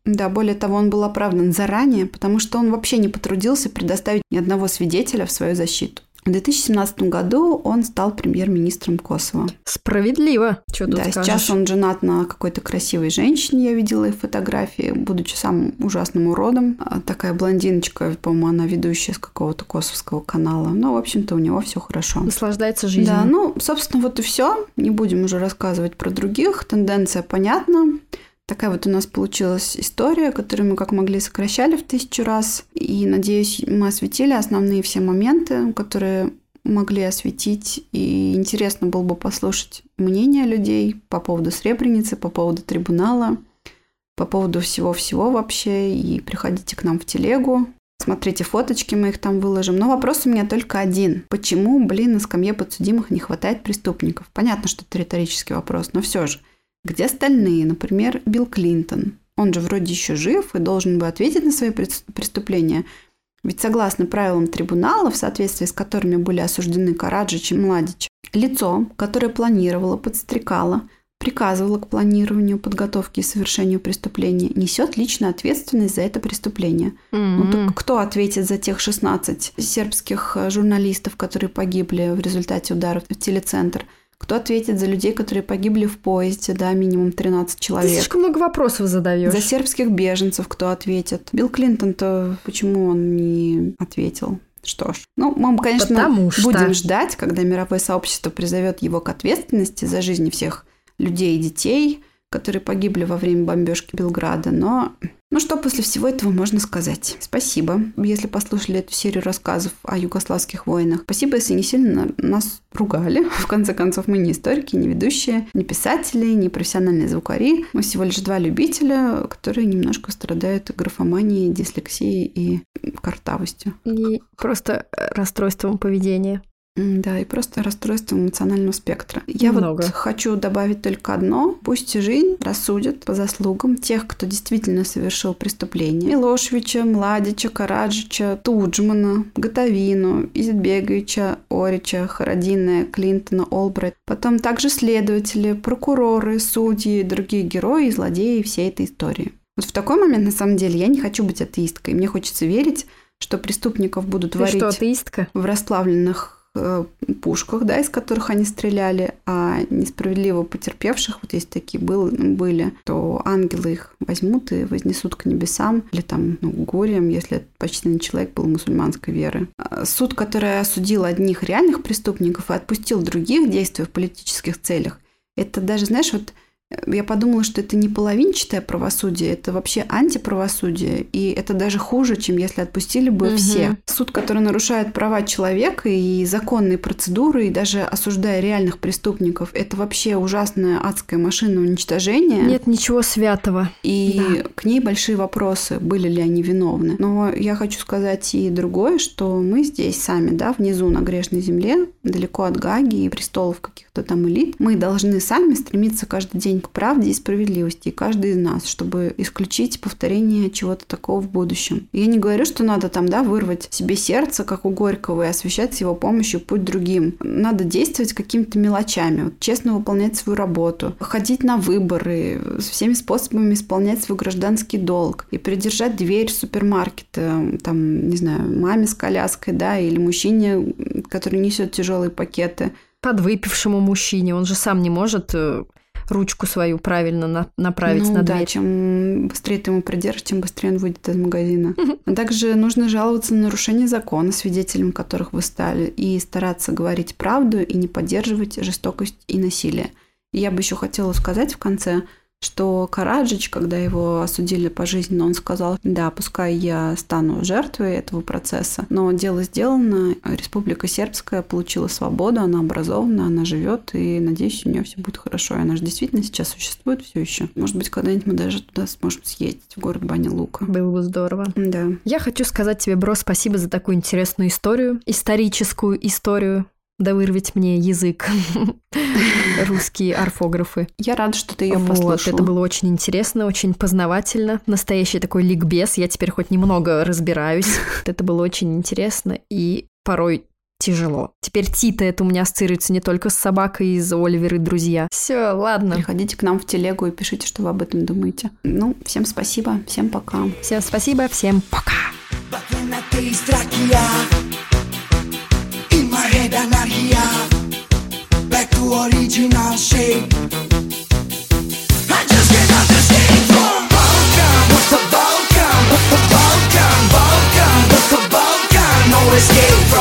он был оправдан заранее, потому что он вообще не потрудился предоставить ни одного свидетеля в свою защиту. В 2017 году он стал премьер-министром Косово. Справедливо. Что тут скажешь? Сейчас он женат на какой-то красивой женщине, я видела их фотографии, будучи самым ужасным уродом. Такая блондиночка, по-моему, она ведущая с какого-то косовского канала. В общем-то, у него все хорошо. Наслаждается жизнью. Да, собственно, вот и все. Не будем уже рассказывать про других. Тенденция понятна. Такая вот у нас получилась история, которую мы как могли сокращали в 1000 раз. И, надеюсь, мы осветили основные все моменты, которые могли осветить. И интересно было бы послушать мнение людей по поводу Сребреницы, по поводу трибунала, по поводу всего-всего вообще. И приходите к нам в телегу. Смотрите фоточки, мы их там выложим. Но вопрос у меня только один. Почему, на скамье подсудимых не хватает преступников? Понятно, что это риторический вопрос, но все же. Где остальные? Например, Билл Клинтон. Он же вроде еще жив и должен бы ответить на свои преступления. Ведь согласно правилам трибунала, в соответствии с которыми были осуждены Караджич и Младич, лицо, которое планировало, подстрекало, приказывала к планированию, подготовке и совершению преступления, несет личную ответственность за это преступление. Ну так кто ответит за тех 16 сербских журналистов, которые погибли в результате ударов в телецентр? Кто ответит за людей, которые погибли в поезде, да, минимум 13 человек? Ты слишком много вопросов задаешь. За сербских беженцев кто ответит? Билл Клинтон-то почему он не ответил? Что ж, ну, мы, конечно, будем ждать, когда мировое сообщество призовет его к ответственности за жизни всех людей и детей, которые погибли во время бомбежки Белграда. Но, ну что после всего этого можно сказать? Спасибо, если послушали эту серию рассказов о югославских войнах. Спасибо, если не сильно нас ругали. В конце концов, мы не историки, не ведущие, не писатели, не профессиональные звукари. Мы всего лишь два любителя, которые немножко страдают графоманией, дислексией и картавостью. И просто расстройством поведения. Да, и просто расстройство эмоционального спектра. Я вот хочу добавить только одно. Пусть жизнь рассудит по заслугам тех, кто действительно совершил преступление. Милошевича, Младича, Караджича, Туджмана, Готовину, Изетбеговича, Орича, Харадина, Клинтона, Олбрайт. Потом также следователи, прокуроры, судьи и другие герои и злодеи всей этой истории. Вот в такой момент, на самом деле, я не хочу быть атеисткой. Мне хочется верить, что преступников будут варить в расплавленных пушках, да, из которых они стреляли, а несправедливо потерпевших, вот если такие были, то ангелы их возьмут и вознесут к небесам или там, горем, если этот почтенный человек был мусульманской веры. Суд, который осудил одних реальных преступников и отпустил других, действуя в политических целях, это даже, знаешь, вот я подумала, что это не половинчатое правосудие, это вообще антиправосудие, и это даже хуже, чем если отпустили бы все. Суд, который нарушает права человека и законные процедуры, и даже осуждая реальных преступников, это вообще ужасная адская машина уничтожения. Нет ничего святого. И к ней большие вопросы, были ли они виновны. Но я хочу сказать и другое, что мы здесь сами, да, внизу на грешной земле, далеко от Гааги и престолов каких-то там элит, мы должны сами стремиться каждый день к правде и справедливости, и каждый из нас, чтобы исключить повторение чего-то такого в будущем. Я не говорю, что надо там, да, вырвать себе сердце, как у Горького, и освещать с его помощью путь другим. Надо действовать какими-то мелочами, вот, честно выполнять свою работу, ходить на выборы, всеми способами исполнять свой гражданский долг и придержать дверь супермаркета, там, не знаю, маме с коляской, да, или мужчине, который несет тяжелые пакеты. Подвыпившему мужчине, он же сам не может ручку свою правильно направить на дверь. Да, чем быстрее ты ему придержишь, тем быстрее он выйдет из магазина. А также нужно жаловаться на нарушение закона, свидетелем которых вы стали, и стараться говорить правду и не поддерживать жестокость и насилие. И я бы еще хотела сказать в конце, что Караджич, когда его осудили пожизненно, он сказал: да, пускай я стану жертвой этого процесса, но дело сделано, Республика Сербская получила свободу, она образована, она живет, и, надеюсь, у нее все будет хорошо. И она же действительно сейчас существует все еще. Может быть, когда-нибудь мы даже туда сможем съездить, в город Баня-Лука. Было бы здорово. Да. Я хочу сказать тебе, Бро, спасибо за такую интересную историю, историческую историю. Да вырвать мне язык. Русские орфографы. Я рада, что ты ее послушала. Это было очень интересно, очень познавательно. Настоящий такой ликбез. Я теперь хоть немного разбираюсь. Это было очень интересно и порой тяжело. Теперь Тита это у меня ассоциируется не только с собакой из «Оливер и друзья». Все, ладно. Приходите к нам в телегу и пишите, что вы об этом думаете. Ну, всем спасибо, всем пока. Всем спасибо, всем пока. Head anarchia, back to original shape. I just cannot escape from Balkan. What's the Balkan? What's the Balkan? Balkan. What's the Balkan? No escape.